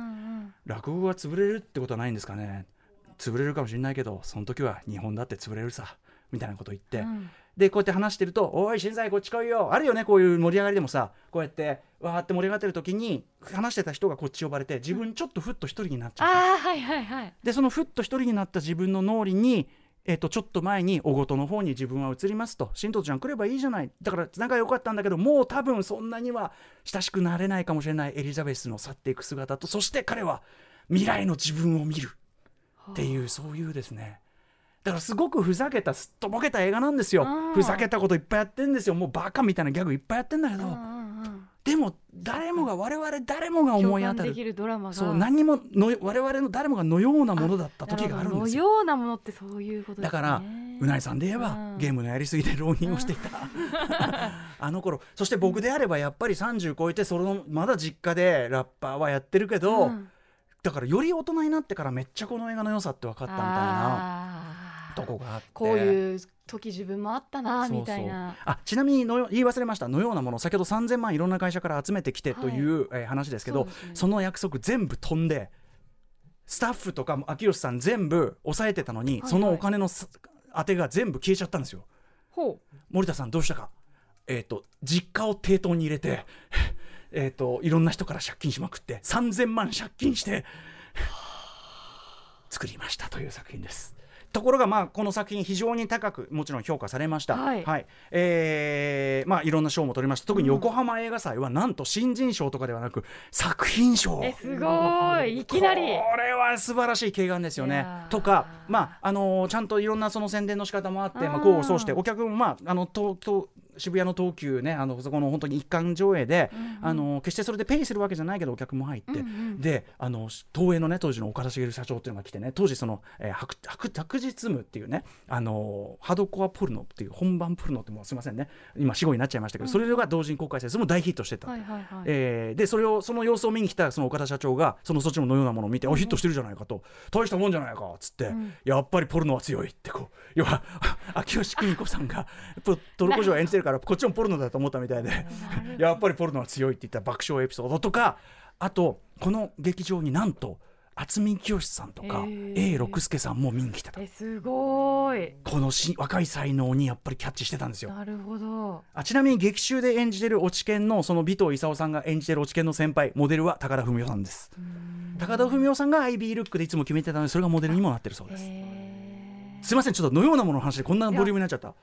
落語が潰れるってことはないんですかね潰れるかもしれないけどその時は日本だって潰れるさみたいなことを言って、うん、でこうやって話してるとおい新左こっち来いよあるよねこういう盛り上がりでもさこうやってわーって盛り上がってる時に話してた人がこっち呼ばれて自分ちょっとふっと一人になっちゃう、うん、あ、はいはいはい、でそのふっと一人になった自分の脳裏にえー、とちょっと前に小言の方に自分は移りますと新藤ちゃん来ればいいじゃないだから仲良かったんだけどもう多分そんなには親しくなれないかもしれないエリザベスの去っていく姿とそして彼は未来の自分を見るっていうそういうですねだからすごくふざけたすっとぼけた映画なんですよ。ふざけたこといっぱいやってんですよもうバカみたいなギャグいっぱいやってんだけどでも誰もが我々誰もが思い当たるできるドラマがそう何もの我々の誰もがのようなものだった時があるんですよ。 のようなものってそういうことですね。 だからうないさんで言えば、うん、ゲームのやりすぎで浪人をしていたあの頃そして僕であればやっぱりさんじゅう超えてそのまだ実家でラッパーはやってるけど、うんだからより大人になってからめっちゃこの映画の良さって分かったみたいなとこがあってこういう時自分もあったなみたいな。 そうそうあちなみにの言い忘れましたのようなもの先ほどさんぜんまんいろんな会社から集めてきてという、はいえー、話ですけど そ, うです、ね、その約束全部飛んでスタッフとか秋吉さん全部抑えてたのに、はいはい、そのお金の当てが全部消えちゃったんですよ。ほう森田さんどうしたか、えーと、実家を抵当に入れてえーと、いろんな人から借金しまくってさんぜんまん借金して作りましたという作品です。ところがまあこの作品非常に高くもちろん評価されました、はいはいえーまあ、いろんな賞も取りました。特に横浜映画祭はなんと新人賞とかではなく作品賞、 えすごいいきなりこれは素晴らしい景観ですよね。とか、まああのー、ちゃんといろんなその宣伝の仕方もあって、まあ、功を奏してお客も、まあ、あの東京渋谷の東急ねあのそこの本当に一貫上映で、うんうん、あの決してそれでペイするわけじゃないけどお客も入って、うんうん、であの東映のね当時の岡田茂社長っていうのが来てね当時その、えー、白, 白, 白日夢っていうねあのハードコアポルノっていう本番ポルノってもうすいませんね今死後になっちゃいましたけど、うん、それが同時に公開されてそれも大ヒットしてた、はいはいはいえー、でそれをその様子を見に来たその岡田社長がそのそっちのようなものを見て、うん、ヒットしてるじゃないかと大したもんじゃないかっつって、うん、やっぱりポルノは強いってこう要は秋吉久美子さんがトルコ城を演じてるからこっちもポルノだと思ったみたいでやっぱりポルノは強いって言った爆笑エピソードとかあとこの劇場になんと渥美清さんとか、えー、A 六輔さんも見に来てた。 えすごいこのし若い才能にやっぱりキャッチしてたんですよ。 なるほど。 あちなみに劇中で演じてる落研のその尾藤勲さんが演じてる落研の先輩モデルは高田文夫さんです。高田文夫さんが アイビー ルックでいつも決めてたのでそれがモデルにもなってるそうです。すいませんちょっとのようなものの話でこんなボリュームになっちゃった。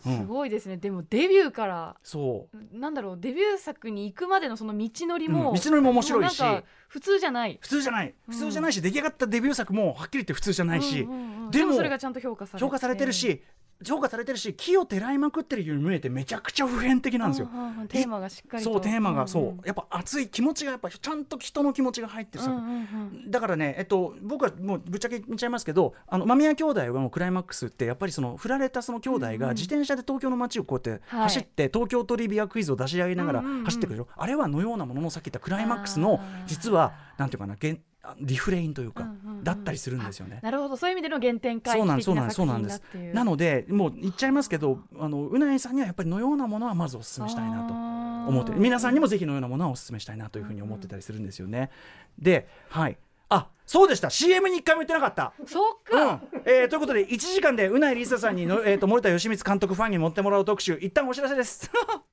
すごいですね、うん、でもデビューからそうなんだろうデビュー作に行くまでのその道のりも、 うん、道のりも面白いしなんか普通じゃない普通じゃない普通じゃないし、うん、出来上がったデビュー作もはっきり言って普通じゃないし、 うんうんうん、 でも、 でもそれがちゃんと評価されて評価されてるし評価されてるし木をてらいまくってるように見えてめちゃくちゃ普遍的なんですよ、 うんうんうん、テーマがしっかりとそうテーマが、 うんうん、 そうやっぱ熱い気持ちがやっぱちゃんと人の気持ちが入ってる作、うんうんうん、だからね、えっと、僕はもうぶっちゃけ言っちゃいますけどあの間宮兄弟はもうクライマックスってやっぱりその振られたその兄弟が自転車で東京の街をこうやって走って、うんうん、東京トリビアクイズを出し合いながら走ってくるでしょ、うんうんうん、あれはのようなもののさっき言ったクライマックスの実はなんていうかな現リフレインというか、うんうんうん、だったりするんですよね。 なるほど、そういう意味での原点回帰的な作品だっていう。 なのでもう言っちゃいますけどあのうないさんにはやっぱりのようなものはまずお勧めしたいなと思って皆さんにもぜひのようなものはお勧めしたいなというふうに思ってたりするんですよね、うん、で、はい、あそうでした シーエム にいっかいも言ってなかったそっか、 うんえー、ということでいちじかんでうないりささんにの、えー、と森田義満監督ファンに持ってもらう特集一旦お知らせです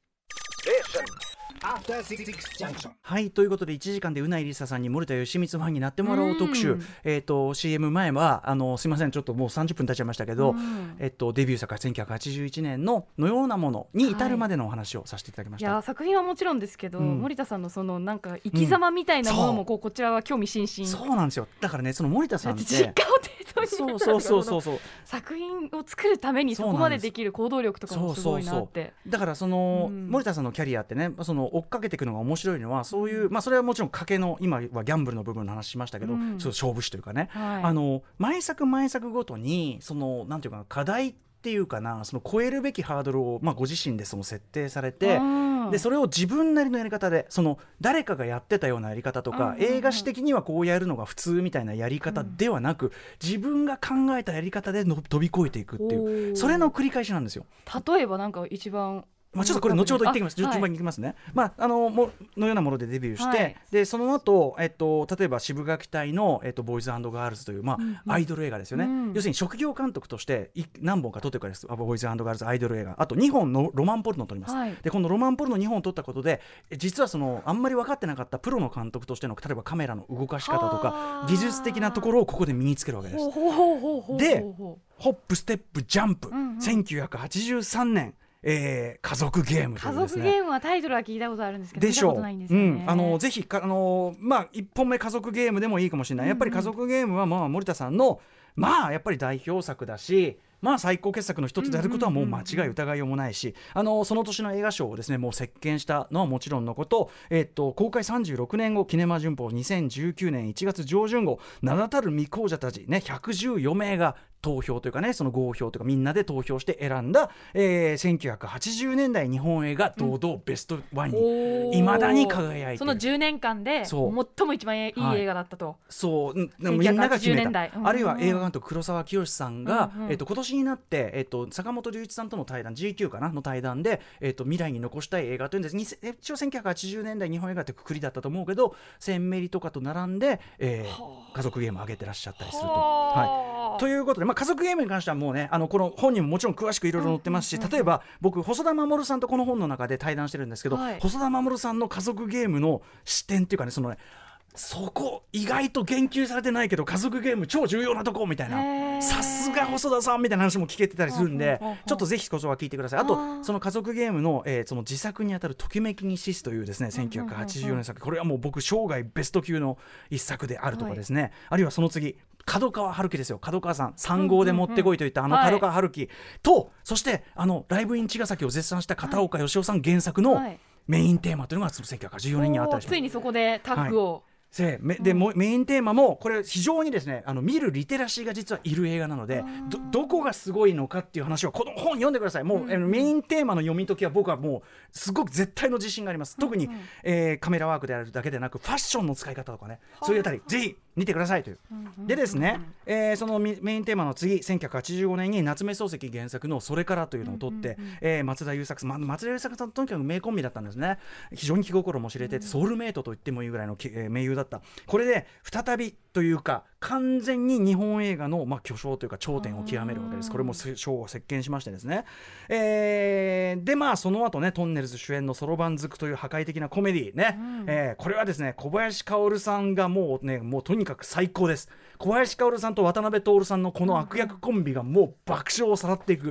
はいということでいちじかんでうないりささんに森田義満ファンになってもらおう特集、えー、と シーエム 前はあのすいませんちょっともうさんじゅっぷん経っちゃいましたけど、えっと、デビュー作はせんきゅうひゃくはちじゅういちねん の, のようなものに至るまでのお話をさせていただきました、 はい、いや作品はもちろんですけど、うん、森田さんのそのなんか生き様みたいなものもこう、うん、こちらは興味津々。 そうなんですよ。だからねその森田さんって実家をテーマにそうそうそうそうそう作品を作るためにそこまでできる行動力とかもすごいなって。そうそうそうだからその、うん、森田さんのキャリアってねその追っかけていくのが面白いのはそういう、まあ、それはもちろん賭けの今はギャンブルの部分の話しましたけど、うん、そう勝負師というかね、はい、あの毎作毎作ごとにそのなんていうか課題っていうかなその超えるべきハードルを、まあ、ご自身でその設定されてでそれを自分なりのやり方でその誰かがやってたようなやり方とか、うんうんうん、映画史的にはこうやるのが普通みたいなやり方ではなく、うん、自分が考えたやり方での飛び越えていくっていうそれの繰り返しなんですよ。 例えばなんか一番まあ、ちょっとこれ後ほど言ってきます順番にいきますね、はいまあ、あのものようなものでデビューして、はい、でその後、えっと例えば渋垣隊の、えっと、ボーイズ&ガールズという、まあうんうん、アイドル映画ですよね、うん、要するに職業監督として何本か撮ってるからですボーイズ&ガールズアイドル映画あとにほんのロマンポルノを撮ります、はい、でこのロマンポルノにほんを撮ったことで実はそのあんまり分かってなかったプロの監督としての例えばカメラの動かし方とか技術的なところをここで身につけるわけですでホップステップジャンプ、うんうん、せんきゅうひゃくはちじゅうさんねんえー、家族ゲームというですね、 家族ゲームはタイトルは聞いたことあるんですけど見たことないんですよね、うん、 あのぜひかあの、まあ、いっぽんめ家族ゲームでもいいかもしれない、うんうん、やっぱり家族ゲームは、まあ、森田さんのまあやっぱり代表作だしまあ最高傑作の一つであることはもう間違い疑いようもないし、あのその年の映画賞をですねもう席巻したのはもちろんのこと、えー、っと公開さんじゅうろくねんごキネマ旬報にせんじゅうきゅうねんいちがつ上旬号名だたる未亡者たちねひゃくじゅうよめいが投票というかねその合票というかみんなで投票して選んだ、えー、せんきゅうひゃくはちじゅうねんだい日本映画堂々ベストワンにいまだに輝いている、 そのじゅうねんかんで最も一番いい映画だったと、はい、 そうみんなが決めた、うんうん、あるいは映画監督黒沢清さんが、うんうんえー、と今年になって、えー、と坂本龍一さんとの対談 ジーキュー かなの対談で、えー、と未来に残したい映画というんです一応せんきゅうひゃくはちじゅうねんだい日本映画ってくくりだったと思うけどセンメリとかと並んで、えー、家族ゲーム上げてらっしゃったりすると、はい、ということで、まあ、家族ゲームに関してはもうねあのこの本にももちろん詳しくいろいろ載ってますし、うんうんうん、例えば僕細田守さんとこの本の中で対談してるんですけど、はい、細田守さんの家族ゲームの視点っていうかねそのねそこ意外と言及されてないけど家族ゲーム超重要なとこみたいなさすが細田さんみたいな話も聞けてたりするんでちょっとぜひこそは聞いてください。あとその家族ゲームの、えー、その自作にあたるときめきにシスというですねせんきゅうひゃくはちじゅうよねん作これはもう僕生涯ベスト級の一作であるとかですね、はい、あるいはその次角川春樹ですよ角川さんさん号で持ってこいといったあの角川春樹と、はい、そしてあのライブイン茅ヶ崎を絶賛した片岡義雄さん原作のメインテーマというのがそのせんきゅうひゃくはちじゅうよねんにあったりします。 ついにそこでタッグを、はいでメインテーマもこれ非常にですねあの見るリテラシーが実はいる映画なので ど, どこがすごいのかっていう話はこの本読んでください。もう、うんうん、メインテーマの読み解きは僕はもうすごく絶対の自信があります。特に、うんうんえー、カメラワークであるだけでなくファッションの使い方とかねそういうあたりぜひ見てくださいという、うんうんうん、でですね、えー、そのメインテーマの次せんきゅうひゃくはちじゅうごねんに夏目漱石原作のそれからというのを取って、うんうんうんえー、松田優作さん、ま、松田優作さんとにかく名コンビだったんですね。非常に気心も知れてて、うん、ソウルメイトと言ってもいいぐらいの、えー、名優だった。これで再びというか完全に日本映画の、まあ、巨匠というか頂点を極めるわけです。これも賞を席巻しましてですね、えー、でまあその後ねトンネルズ主演のそろばんずくという破壊的なコメディね、うんえー、これはですね小林薫さんがもうねもうとにかく最高です。小林薫さんと渡辺徹さんのこの悪役コンビがもう爆笑をさらっていく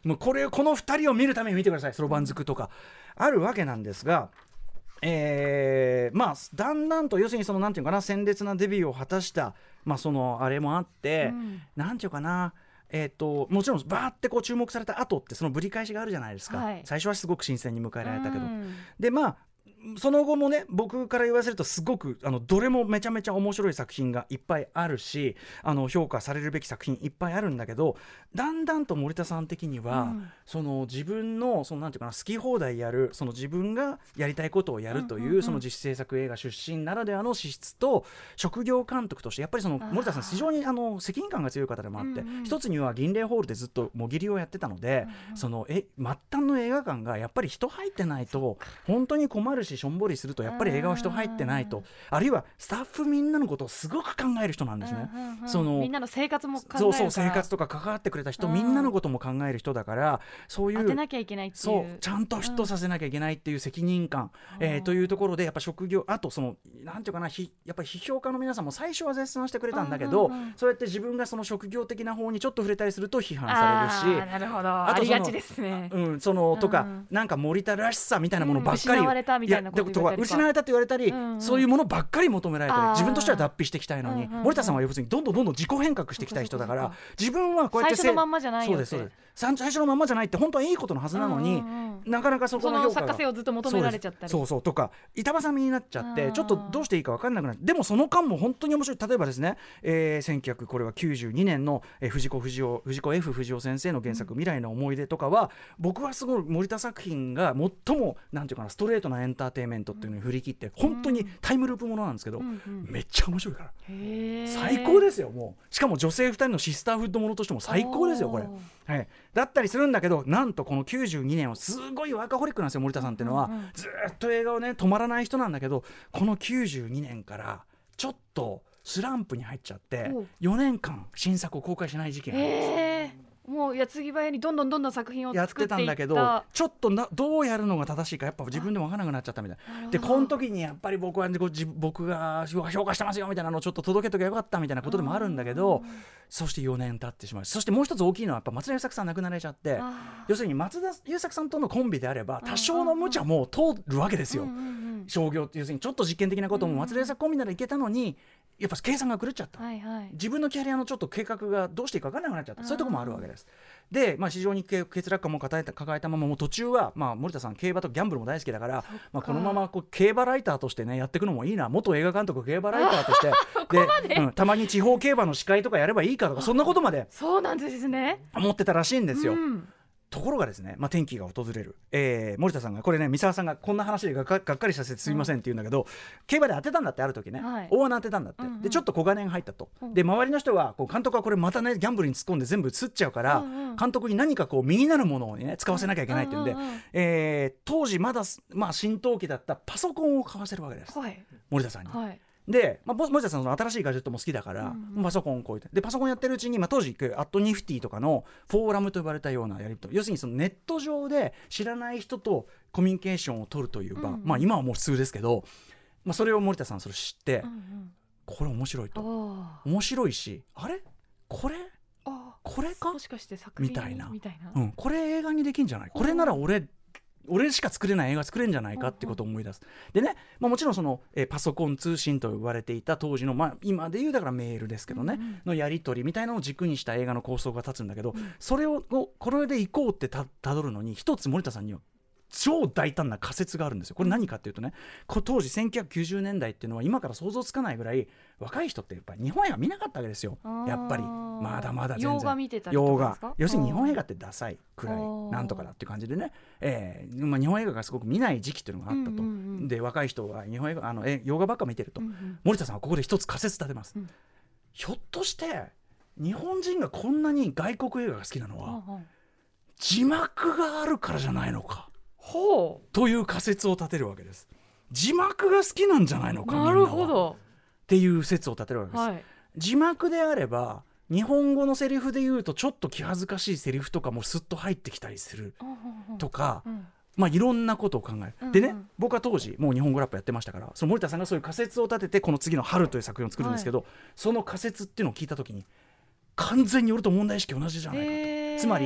もうこれこのふたりを見るために見てください、そろばんずくとかあるわけなんですが、えー、まあだんだんと要するにそのなんていうかな鮮烈なデビューを果たしたまあそのあれもあって、うん、なんていうかなえー、ともちろんバーってこう注目された後ってそのぶり返しがあるじゃないですか、はい、最初はすごく新鮮に迎えられたけど、うん、でまあその後もね僕から言わせるとすごくあのどれもめちゃめちゃ面白い作品がいっぱいあるしあの評価されるべき作品いっぱいあるんだけど、だんだんと森田さん的には、うん、その自分のそのなんていうかな好き放題やるその自分がやりたいことをやるという、うんうんうん、その自主制作映画出身ならではの資質と職業監督としてやっぱりその森田さん非常にあの責任感が強い方でもあって、うんうん、一つには銀霊ホールでずっともぎりをやってたので、うんうん、そのえ末端の映画館がやっぱり人入ってないと本当に困るししょんぼりするとやっぱり映画は人入ってないと、あるいはスタッフみんなのことをすごく考える人なんですね、 うんうんうん、 そのみんなの生活も考えるからそうそう生活とか関わってくれた人みんなのことも考える人だからそういう当てなきゃいけないっていうそうちゃんとヒットさせなきゃいけないっていう責任感、うんえー、というところでやっぱ職業あとそのなんていうかなひやっぱり批評家の皆さんも最初は絶賛してくれたんだけど、うんうんうん、そうやって自分がその職業的な方にちょっと触れたりすると批判されるしあなるほどありがちですね、 うん、そのとか、うん、なんか森田らしさみたいなものばっかり、 うん、失われたみたいなこと言われたり失われたって言われたり、うんうん、そういうものばっかり求められたり自分としては脱皮していきたいのに、うんうんうん、森田さんは要するにどんどんどんどん自己変革していきたい人だから自分はこうやって最初のまんまじゃないよってそうですそうです最初のまんまじゃないって本当はいいことのはずなのに、うんうん、なかなかそこの評価がその作家性をずっと求められちゃったりそうそうとか板挟みになっちゃってちょっとどうしていいか分かんなくなる。でもその間も本当に面白い。例えばですね、えー、せんきゅうひゃくこれはきゅうじゅうにねんの、えー、藤子不二雄藤子 F 不二雄先生の原作、うん、未来の思い出とかは僕はすごい森田作品が最もなんていうかなストレートなエンターテインメントっていうのに振り切って本当にタイムループものなんですけど、うんうん、めっちゃ面白いから最高ですよ。もうしかも女性ふたりのシスターフッドものとしても最高ですよこれ、はい、だったりするんだけどなんとこのきゅうじゅうにねんはすごいワーカホリックなんですよ森田さんっていうのは、うんうん、ずっと映画をね止まらない人なんだけどこのきゅうじゅうにねんからちょっとスランプに入っちゃってよねんかん新作を公開しない時期なんです。 もう矢継ぎ早にどんどんどんどん作品を作っていったやってたんだけどちょっとなどうやるのが正しいかやっぱ自分でも分からなくなっちゃったみたいな。でこの時にやっぱり僕は僕が評価してますよみたいなのをちょっと届けときゃよかったみたいなことでもあるんだけどそしてよねん経ってしまう。そしてもう一つ大きいのはやっぱ松田優作さん亡くなられちゃって要するに松田優作さんとのコンビであれば多少の無茶も通るわけですよ。商業って要するにちょっと実験的なことも松田優作コンビならいけたのにやっぱ計算が狂っちゃった、はいはい、自分のキャリアのちょっと計画がどうしていいか分からなくなっちゃったそういうところもあるわけです。で、まあ、非常に欠落感も抱えた、抱えたままもう途中は、まあ、森田さん競馬とギャンブルも大好きだから、まあ、このままこう競馬ライターとしてねやっていくのもいいな元映画監督競馬ライターとしてで、うん、たまに地方競馬の司会とかやればいいかとかそんなことまでそうなんですね思ってたらしいんですよ、 うんところがですね、まあ、転機が訪れる、えー、森田さんがこれね三沢さんがこんな話でがっか、がっかりさせてすみませんって言うんだけど、うん、競馬で当てたんだってある時ね、はい、大穴当てたんだって、うんうん、でちょっと小金が入ったと、うん、で周りの人はこう監督はこれまたねギャンブルに突っ込んで全部釣っちゃうから、うんうん、監督に何かこう身になるものを、ね、使わせなきゃいけないっていうんで、うんうんうん、えー、当時まだ、まあ、新登記だったパソコンを買わせるわけです、はい、森田さんに、はいで、まあ、森田さんその新しいガジェットも好きだから、うんうん、パソコンをこうやってでパソコンやってるうちに、まあ、当時アットニフティとかのフォーラムと呼ばれたようなやりとり要するにそのネット上で知らない人とコミュニケーションを取るという場、うんうんまあ、今はもう普通ですけど、まあ、それを森田さんそれ知って、うんうん、これ面白いと面白いしあれこれこれかもしかして作品みたいな、 みたいな、 うん、これ映画にできんじゃないこれなら俺俺しか作れない映画作れるんじゃないかってことを思い出す、うんうん、でね、まあ、もちろんその、えー、パソコン通信と呼ばれていた当時の、まあ、今でいうだからメールですけどね、うんうん、のやり取りみたいなのを軸にした映画の構想が立つんだけど、うん、それをこれでいこうってたどるのに一つ森田さんには超大胆な仮説があるんですよ。これ何かっていうとねこ当時せんきゅうひゃくきゅうじゅうねんだいっていうのは今から想像つかないぐらい若い人ってやっぱり日本映画見なかったわけですよ。やっぱりまだまだ全然洋画見てたりとかですか。 要するに日本映画ってダサいくらいなんとかだっていう感じでね、えーまあ、日本映画がすごく見ない時期っていうのがあったと、うんうんうん、で若い人が日本映画あのえ洋画ばっか見てると、うんうん、森田さんはここで一つ仮説立てます、うん、ひょっとして日本人がこんなに外国映画が好きなのは、うんうん、字幕があるからじゃないのかほうという仮説を立てるわけです。字幕が好きなんじゃないのかなるほどっていう説を立てるわけです、 はい、 字幕であれば日本語のセリフで言うとちょっと気恥ずかしいセリフとかもスッと入ってきたりするとか、うんうんまあ、いろんなことを考える、うんうん、でね僕は当時もう日本語ラップやってましたからその森田さんがそういう仮説を立ててこの次の春という作品を作るんですけど、はい、その仮説っていうのを聞いた時に完全に俺と問題意識同じじゃないかと、つまり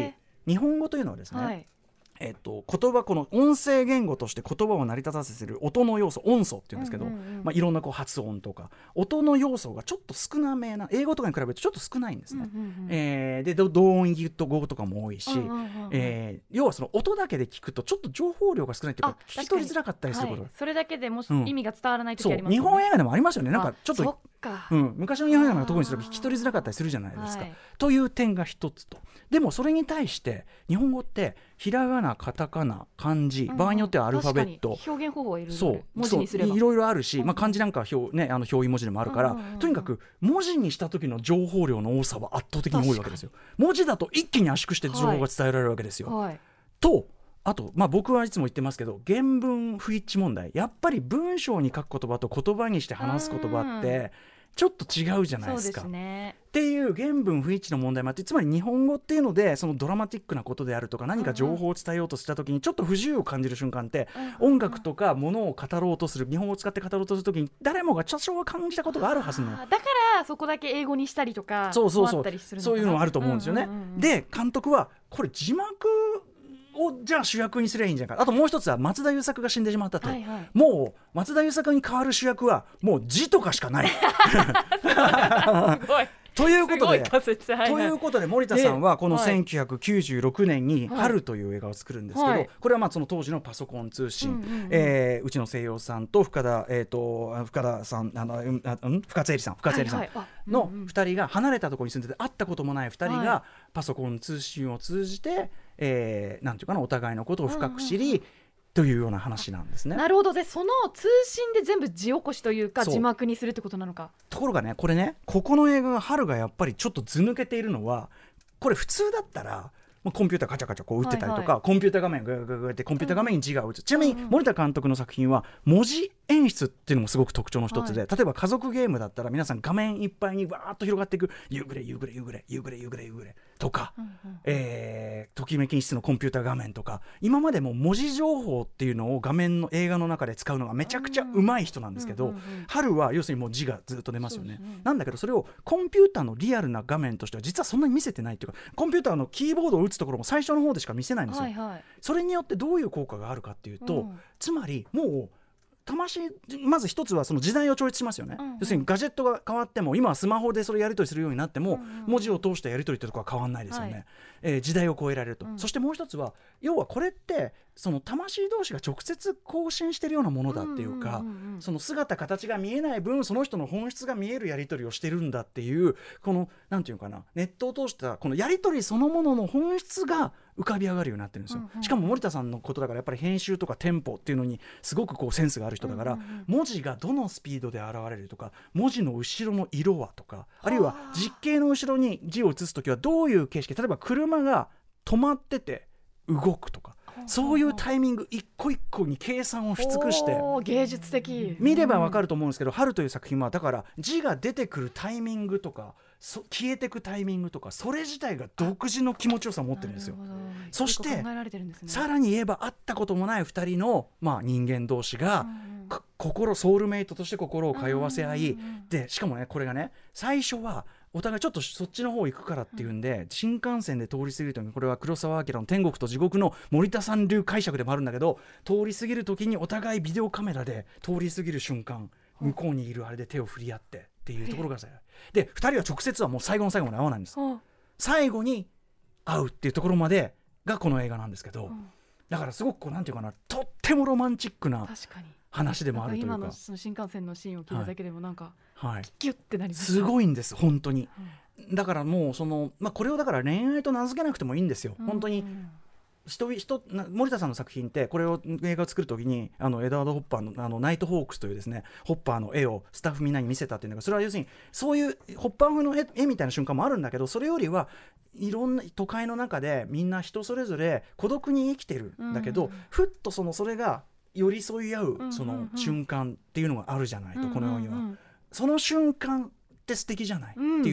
日本語というのはですね、 はいえっと、言葉この音声言語として言葉を成り立たせる音の要素音素っていうんですけど、うんうんうん、まあ、いろんなこう発音とか音の要素がちょっと少なめな英語とかに比べるとちょっと少ないんですね、うんうんうん、えー、で同音異義語とかも多いし、うんうんうん、えー、要はその音だけで聞くとちょっと情報量が少ないっていうか聞き取りづらかったりすることが、 はい、それだけでもし意味が伝わらない時ありますよね、 うん、そう日本映画でもありますよね。なんかちょっとか、 うん、昔の日本映画の特にすれば聞き取りづらかったりするじゃないですか、はい、という点が一つと、でもそれに対して日本語ってひらがなカタカナ漢字、うん、場合によってはアルファベット表現方法はいろいろそう文字にすればいろいろあるし、まあ、漢字なんかは表、ね、あの表意文字でもあるから、うんうんうんうん、とにかく文字にした時の情報量の多さは圧倒的に多いわけですよ。文字だと一気に圧縮して情報が伝えられるわけですよ、はいはい、とあと、まあ、僕はいつも言ってますけど原文不一致問題、やっぱり文章に書く言葉と言葉にして話す言葉ってちょっと違うじゃないですか。 そうですね、 っていう原文不一致の問題もあって、つまり日本語っていうのでそのドラマティックなことであるとか何か情報を伝えようとした時にちょっと不自由を感じる瞬間って、うんうん、音楽とかものを語ろうとする日本語を使って語ろうとする時に誰もが多少は感じたことがあるはずの、 だからそこだけ英語にしたりとかそうそうそうそういうのもあると思うんですよね、うんうんうん、で監督はこれ字幕をじゃあ主役にすればいいんじゃないか。あともう一つは松田優作が死んでしまったと、はいはい、もう松田優作に代わる主役はもう字とかしかないすごいということで、 はいはい、 ということで森田さんはこのせんきゅうひゃくきゅうじゅうろくねんに春という映画を作るんですけど、はい、これはまあその当時のパソコン通信、うんうんうん、えー、内野聖陽さんと深田、えー、と深田さんあの、うん、深津絵里さん深津絵里さんのふたりが離れたところに住んでて会ったこともないふたりがパソコン通信を通じて、えー、なんていうかなお互いのことを深く知り、うんうんうんというような話なんですね。 なるほど。でその通信で全部字起こしというか字幕にするってことなのか。 ところがねこれねここの映画が春がやっぱりちょっと図抜けているのは、これ普通だったらコンピューターカチャカチャこう打ってたりとか、はいはい、コンピューター画面グーグーグーってコンピューター画面に字が打つ、うん、ちなみに森田監督の作品は文字演出っていうのもすごく特徴の一つで、はい、例えば家族ゲームだったら皆さん画面いっぱいにわーっと広がっていく夕暮れ夕暮れ夕暮れ夕暮れ夕暮れ夕暮れとか、うんうんえー、ときめき室のコンピューター画面とか、今までも文字情報っていうのを画面の映画の中で使うのがめちゃくちゃうまい人なんですけど、うんうんうん、春は要するにもう字がずっと出ますよね。なんだけどそれをコンピューターのリアルな画面としては実はそんなに見せてないっていうか、コンピューターのキーボードを打つところも最初の方でしか見せないんですよ、はいはい、それによってどういう効果があるかっていうと、うん、つまりもう魂まず一つはその時代を超越しますよね、うんうん、要するにガジェットが変わっても今はスマホでそれやり取りするようになっても、うんうん、文字を通してやり取りってとこは変わんないですよね、はいえー、時代を超えられると、うん、そしてもう一つは要はこれってその魂同士が直接交信してるようなものだっていうか、うんうんうんうん、その姿形が見えない分その人の本質が見えるやり取りをしてるんだっていう、このなんていうかなネットを通したこのやり取りそのものの本質が浮かび上がるようになってるんですよ、うんうん、しかも森田さんのことだからやっぱり編集とかテンポっていうのにすごくこうセンスがある人だから、うんうんうん、文字がどのスピードで現れるとか文字の後ろの色はとか、あるいは実景の後ろに字を写すときはどういう形式、例えば車が止まってて動くとか、そういうタイミング一個一個に計算をし尽くして芸術的見ればわかると思うんですけど、春という作品はだから字が出てくるタイミングとかそ消えてくタイミングとかそれ自体が独自の気持ちよさを持ってるんですよ。そしてさらに言えば会ったこともないふたりの、まあ、人間同士が、うん、心ソウルメイトとして心を通わせ合い、うん、でしかもねこれがね最初はお互いちょっとそっちの方行くからっていうんで、うん、新幹線で通り過ぎるときにこれは黒澤明の天国と地獄の森田さん流解釈でもあるんだけど、通り過ぎるときにお互いビデオカメラで通り過ぎる瞬間向こうにいるあれで手を振り合ってっていうところがさ、でふたりは直接はもう最後の最後まで会わないんです。最後に会うっていうところまでがこの映画なんですけど、うん、だからすごくこうなんていうかなとってもロマンチックな話でもあるというか、 今のその新幹線のシーンを聞いただけでもなんか、 はい、 ギュッてなります。 すごいんです本当に、うん、だからもうその、まあ、これをだから恋愛と名付けなくてもいいんですよ、うん、本当に人人森田さんの作品ってこれを映画を作るときにあのエドワード・ホッパー の, あのナイトホークスというですねホッパーの絵をスタッフみんなに見せたっていうのが、それは要するにそういうホッパー風の 絵, 絵みたいな瞬間もあるんだけど、それよりはいろんな都会の中でみんな人それぞれ孤独に生きてるんだけど、うん、ふっとそのそれが寄り添い合うその瞬間っていうのがあるじゃないと、うんうんうん、この世にはその瞬間って素敵じゃない、うん、っていう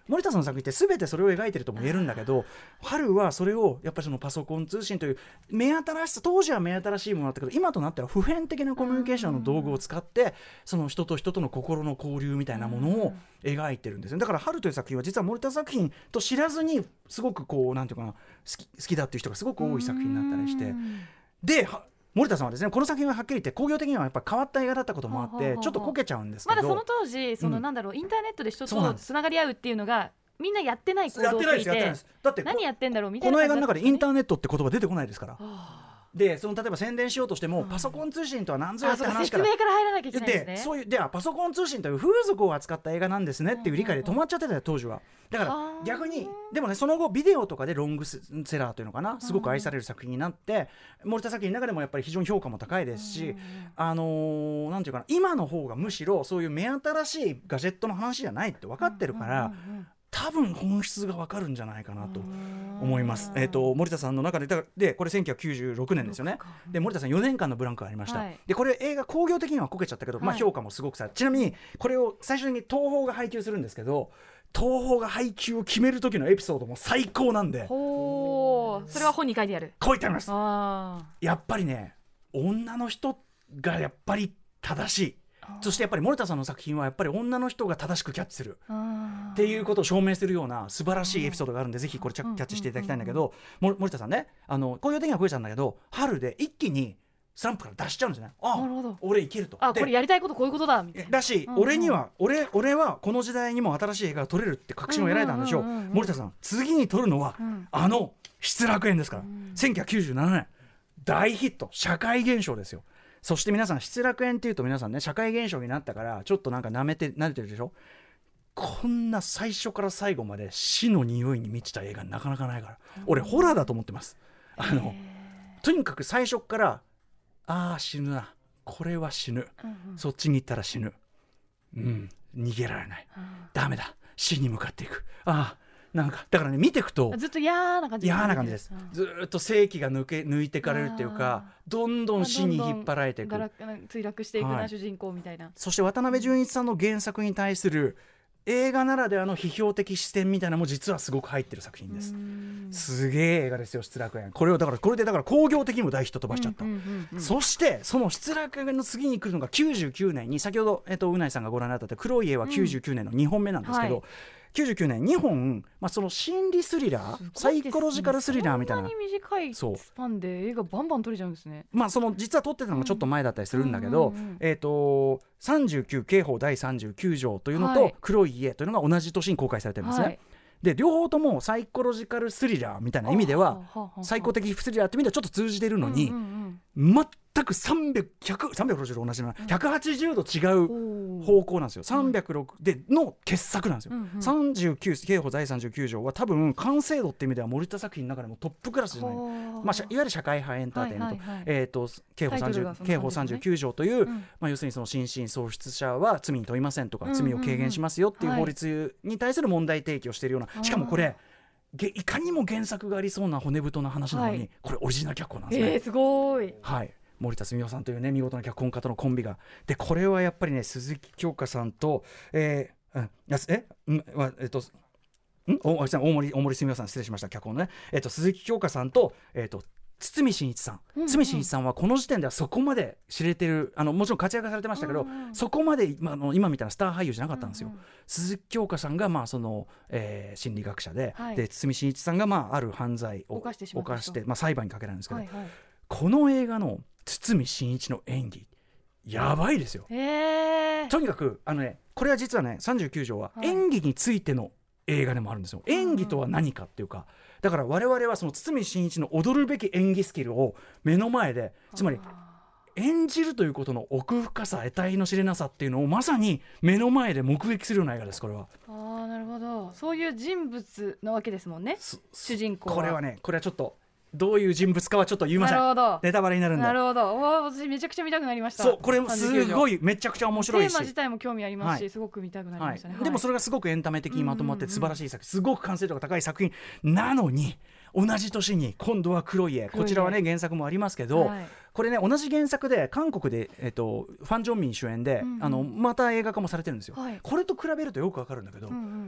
森田さんの作品って全てそれを描いてるとも言えるんだけど、春はそれをやっぱりそのパソコン通信という目新しさ、当時は目新しいものだったけど今となっては普遍的なコミュニケーションの道具を使ってその人と人との心の交流みたいなものを描いてるんですよ。だから春という作品は実は森田作品と知らずにすごくこうなんていうかな好き、好きだっていう人がすごく多い作品になったりして、で森田さんはですねこの作品ははっきり言って工業的にはやっぱ変わった映画だったこともあって、はあはあ、ちょっとこけちゃうんですけど、 まだその当時そのなんだろう、うん、インターネットで人とつながり合うっていうのがみんなやってない行動をしていて、だって何やってんだろうみたいな、 この映画の中でインターネットって言葉出てこないですから、はあ、でその例えば宣伝しようとしても、うん、パソコン通信とは何ぞやって話から、 説明から入らなきゃいけないですね。 でそういうではパソコン通信という風俗を扱った映画なんですねっていう理解で止まっちゃってたよ当時は。だから逆にでもねその後ビデオとかでロングセラーというのかなすごく愛される作品になって森田作品の中でもやっぱり非常に評価も高いですし、あのー、なんていうかな今の方がむしろそういう目新しいガジェットの話じゃないって分かってるから、多分本質が分かるんじゃないかなと思います。えー、と森田さんの中ででこれせんきゅうひゃくきゅうじゅうろくねんですよね。で森田さんよねんかんのブランクがありました、はい、でこれ映画興行的にはこけちゃったけど、まあ、評価もすごくさ、はい、ちなみにこれを最初に東宝が配給するんですけど東宝が配給を決める時のエピソードも最高なんで、 ほーそれは本に書いてある書いてあります。あやっぱりね女の人がやっぱり正しい、そしてやっぱり森田さんの作品はやっぱり女の人が正しくキャッチするっていうことを証明するような素晴らしいエピソードがあるんで、ぜひこれキャッチしていただきたいんだけど、森田さんねあの興行的には増えちゃうんだけど春で一気にスランプから出しちゃうんですよね。ああ俺いけると、 あこれやりたいことこういうことだみたいなだし、うんうん、俺には 俺, 俺はこの時代にも新しい映画が撮れるって確信を得られたんでしょう、うんうんうんうん、森田さん次に撮るのは、うん、あの失楽園ですから、うん、せんきゅうひゃくきゅうじゅうななねん大ヒット社会現象ですよ。そして皆さん失楽園っていうと皆さんね社会現象になったからちょっとなんか舐めて慣れてるでしょ。こんな最初から最後まで死の匂いに満ちた映画なかなかないから、俺ホラーだと思ってます。あのとにかく最初からああ死ぬなこれは死ぬ、うんうん、そっちに行ったら死ぬ、うん逃げられない、うん、ダメだ死に向かっていく、ああなんかだからね見ていくとずっと嫌な感じ嫌な感じです、うん、ずっと生気が抜け抜いてかれるっていうかどんどん死に引っ張られていく、 どんどん墜落していくな、はい、主人公みたいな。 そして渡辺淳一さんの原作に対する映画ならではの批評的視点みたいなのも実はすごく入ってる作品です。すげえ映画ですよ失楽園。これをだからこれでだから興行的にも大ヒット飛ばしちゃった、うんうんうんうん、そしてその失楽園の次に来るのがきゅうじゅうきゅうねんに先ほど、えっと、うないさんがご覧になった黒い家はきゅうじゅうきゅうねんのにほんめなんですけど、うんはいきゅうじゅうきゅうねんにほん、まあ、その心理スリラー、ね、サイコロジカルスリラーみたいな、 そんなに短いスパンで映画バンバン撮れちゃうんですね。 まあその実は撮ってたのがちょっと前だったりするんだけど、うんうんうん、えーとさんじゅうきゅう刑法だいさんじゅうきゅう条というのと、はい、黒い家というのが同じ年に公開されてるんですね、はい、で両方ともサイコロジカルスリラーみたいな意味ではサイコ的スリラーって意味ではちょっと通じてるのに、うんうんうん、全くさんびゃく、ひゃく、さんびゃくろくじゅうど同じなひゃくはちじゅうど違う方向なんですよ。さんびゃくろくでの傑作なんですよ、うんうん、さんじゅうきゅう刑法だいさんじゅうきゅう条は多分完成度って意味では森田作品の中でもトップクラスじゃない、まあ、いわゆる社会派エンターテインメント、はいはいはいえー、と刑法さんじゅう、刑法さんじゅうきゅう条という、うんまあ、要するにその心神喪失者は罪に問いませんとか、うんうんうん、罪を軽減しますよっていう法律に対する問題提起をしているような、はい、しかもこれいかにも原作がありそうな骨太な話なのに、はい、これオリジナル脚本なんですね、 えー、すごい、 はい森田澄夫さんというね見事な脚本家とのコンビがでこれはやっぱりね鈴木京香さんとえー、うんやすえんえっとんお大森大森澄夫さん失礼しました脚本ねえっと鈴木京香さんとえっと堤真一さん、うんうん、堤真一さんはこの時点ではそこまで知れてるあのもちろん活躍されてましたけど、うんうん、そこまで、まあ、の今みたいなスター俳優じゃなかったんですよ、うんうん、鈴木京香さんが、まあそのえー、心理学者で、はい、で堤真一さんが、まあ、ある犯罪を犯してしまった犯して、まあ、裁判にかけられるんですけど、 はいはい、 この映画の堤真一の演技やばいですよ。 へーとにかくあの、ね、これは実はねさんじゅうきゅう条は演技についての映画でもあるんですよ、はい、演技とは何かっていうかだから我々はその堤真一の踊るべき演技スキルを目の前でつまり演じるということの奥深さ得体の知れなさっていうのをまさに目の前で目撃するような映画ですこれは。 あなるほどそういう人物なわけですもんね主人公は。 これはねこれはちょっとどういう人物かはちょっと言いません。 なるほどネタバレになるんで。 なるほど私めちゃくちゃ見たくなりました。 そうこれすごいめちゃくちゃ面白いしテーマ自体も興味ありますし、はい、すごく見たくなりましたね、 はいはい、でもそれがすごくエンタメ的にまとまって素晴らしい作品、すごく完成度が高い作品なのに同じ年に今度は黒い絵こちらはね原作もありますけど、はい、これね同じ原作で韓国で、えっと、ファン・ジョンミン主演で、うんうん、あのまた映画化もされてるんですよ、はい、これと比べるとよくわかるんだけど、うんうん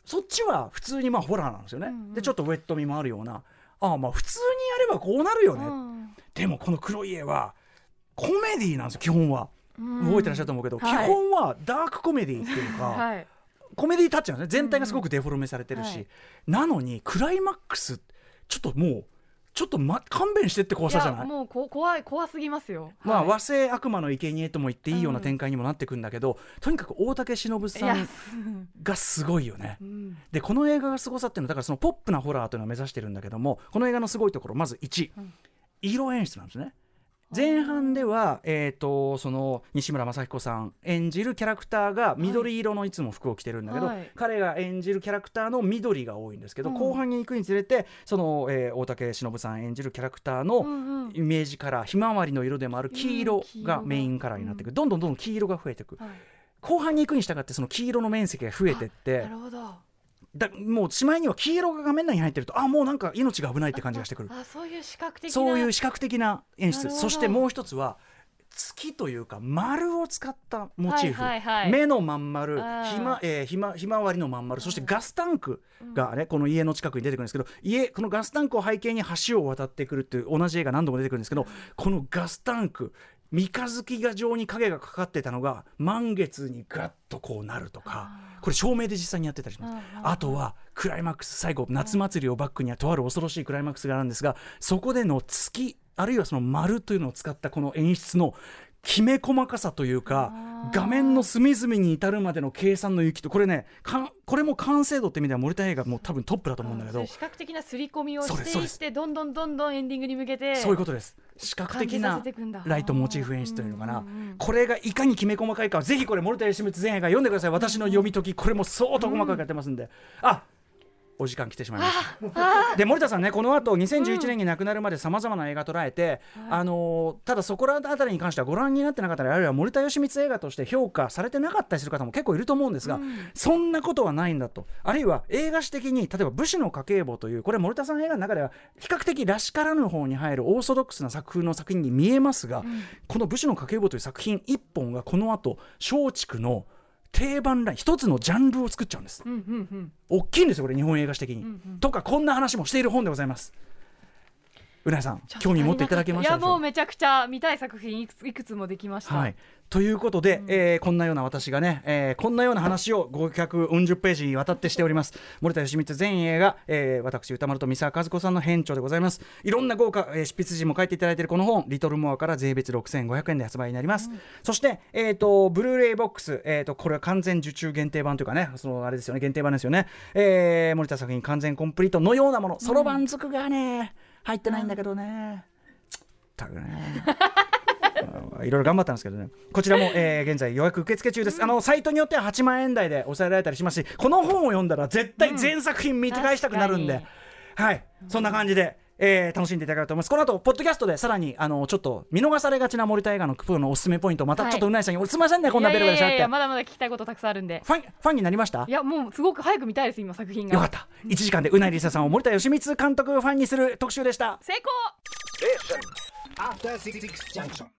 そっちは普通にまあホラーなんですよね、うんうん、でちょっとウェット味もあるような、ああまあ普通にやればこうなるよね、うん、でもこの黒い家はコメディなんですよ基本は、うん、覚えてらっしゃると思うけど、はい、基本はダークコメディっていうか、はい、コメディタッチなんですね。全体がすごくデフォルメされてるし、うんうん、なのにクライマックスちょっともうちょっと、ま、勘弁してって怖さじゃない？ いやもうこ怖い怖すぎますよ、 まあ、 はい、 和製悪魔の生贄とも言っていいような展開にもなってくんだけど、うん、とにかく大竹しのぶさんがすごいよね、うん、でこの映画がすごさっていうのはだからそのポップなホラーというのを目指してるんだけども、この映画のすごいところまずいち、うん、色演出なんですね。前半では、えー、とその西村雅彦さん演じるキャラクターが緑色のいつも服を着てるんだけど、はい、彼が演じるキャラクターの緑が多いんですけど、うん、後半に行くにつれてその、えー、大竹しのぶさん演じるキャラクターのイメージカラー、ひまわりの色でもある黄色がメインカラーになっていく、うん、どんどんどんどん黄色が増えていく、はい、後半に行くに従ってその黄色の面積が増えていって、 なるほど、 だもうしまいには黄色が画面内に入ってると、あもうなんか命が危ないって感じがしてくる。 ああそういう視覚的なそういう視覚的な演出。そしてもう一つは月というか丸を使ったモチーフ、はいはいはい、目のまん丸、ひま、えー、ひま、ひまわりのまん丸、そしてガスタンクがね、うん、この家の近くに出てくるんですけど、家このガスタンクを背景に橋を渡ってくるっていう同じ絵が何度も出てくるんですけど、このガスタンク三日月が状に影がかかってたのが満月にガッとこうなるとか、これ照明で実際にやってたりします。あとはクライマックス、最後夏祭りをバックにはとある恐ろしいクライマックスがあるんですが、そこでの月あるいはその丸というのを使ったこの演出のきめ細かさというか、画面の隅々に至るまでの計算の行きと、これねかこれも完成度って意味では森田映画もう多分トップだと思うんだけど、 視覚的な刷り込みをしていってどんどんどんどんエンディングに向けて、 そういうことです。視覚的なライトモチーフ演出というのかな、これがいかにきめ細かいかはぜひこれ森田義満全映画読んでください。私の読み解き、これも相当細かくやってますんで、うん、あお時間来てしまいましたで森田さんね、この後にせんじゅういちねんに亡くなるまでさまざまな映画捉えて、うん、あのー、ただそこらあたりに関してはご覧になってなかったり、あるいは森田義満映画として評価されてなかったりする方も結構いると思うんですが、うん、そんなことはないんだと。あるいは映画史的に例えば武士の家計簿という、これ森田さん映画の中では比較的らしからぬ方に入るオーソドックスな作風の作品に見えますが、うん、この武士の家計簿という作品一本がこの後松竹の定番ライン一つのジャンルを作っちゃうんです、うんうんうん、大きいんですよこれ日本映画史的に、うんうん、とかこんな話もしている本でございます。うなえさん興味持っていただけましたでしょうか。 いやもうめちゃくちゃ見たい作品いくつ、いくつもできました、 はい、ということで、うんえー、こんなような私がね、えー、こんなような話をごひゃくよんじゅっページにわたってしております。森田義満全映画、えー、私歌丸と三沢和子さんの編著でございます。いろんな豪華、えー、執筆陣も書いていただいているこの本、リトルモアから税別ろくせんごひゃくえんで発売になります、うん、そして、えー、とブルーレイボックス、えー、とこれは完全受注限定版というかね、そのあれですよね、限定版ですよね、えー、森田作品完全コンプリートのようなもの、そろばんづくがね入ってないんだけどね、たくねいろいろ頑張ったんですけどね、こちらも、えー、現在予約受付中です、うん、あのサイトによってははちまんえん台で抑えられたりしますし、この本を読んだら絶対全作品見返したくなるんで、うん、はいそんな感じで、えー、楽しんでいただけると思います。この後ポッドキャストでさらにあのちょっと見逃されがちな森田映画のプロのおすすめポイント、またちょっとうなえさんに、はい、すみませんねこんなベラベラしちゃって、いやいやいやまだまだ聞きたいことたくさんあるんで、 ファンファンになりました。 いやもうすごく早く見たいです今作品が。 よかった、いちじかんでうなえりささんを森田義満監督ファンにする特集でした。 成功。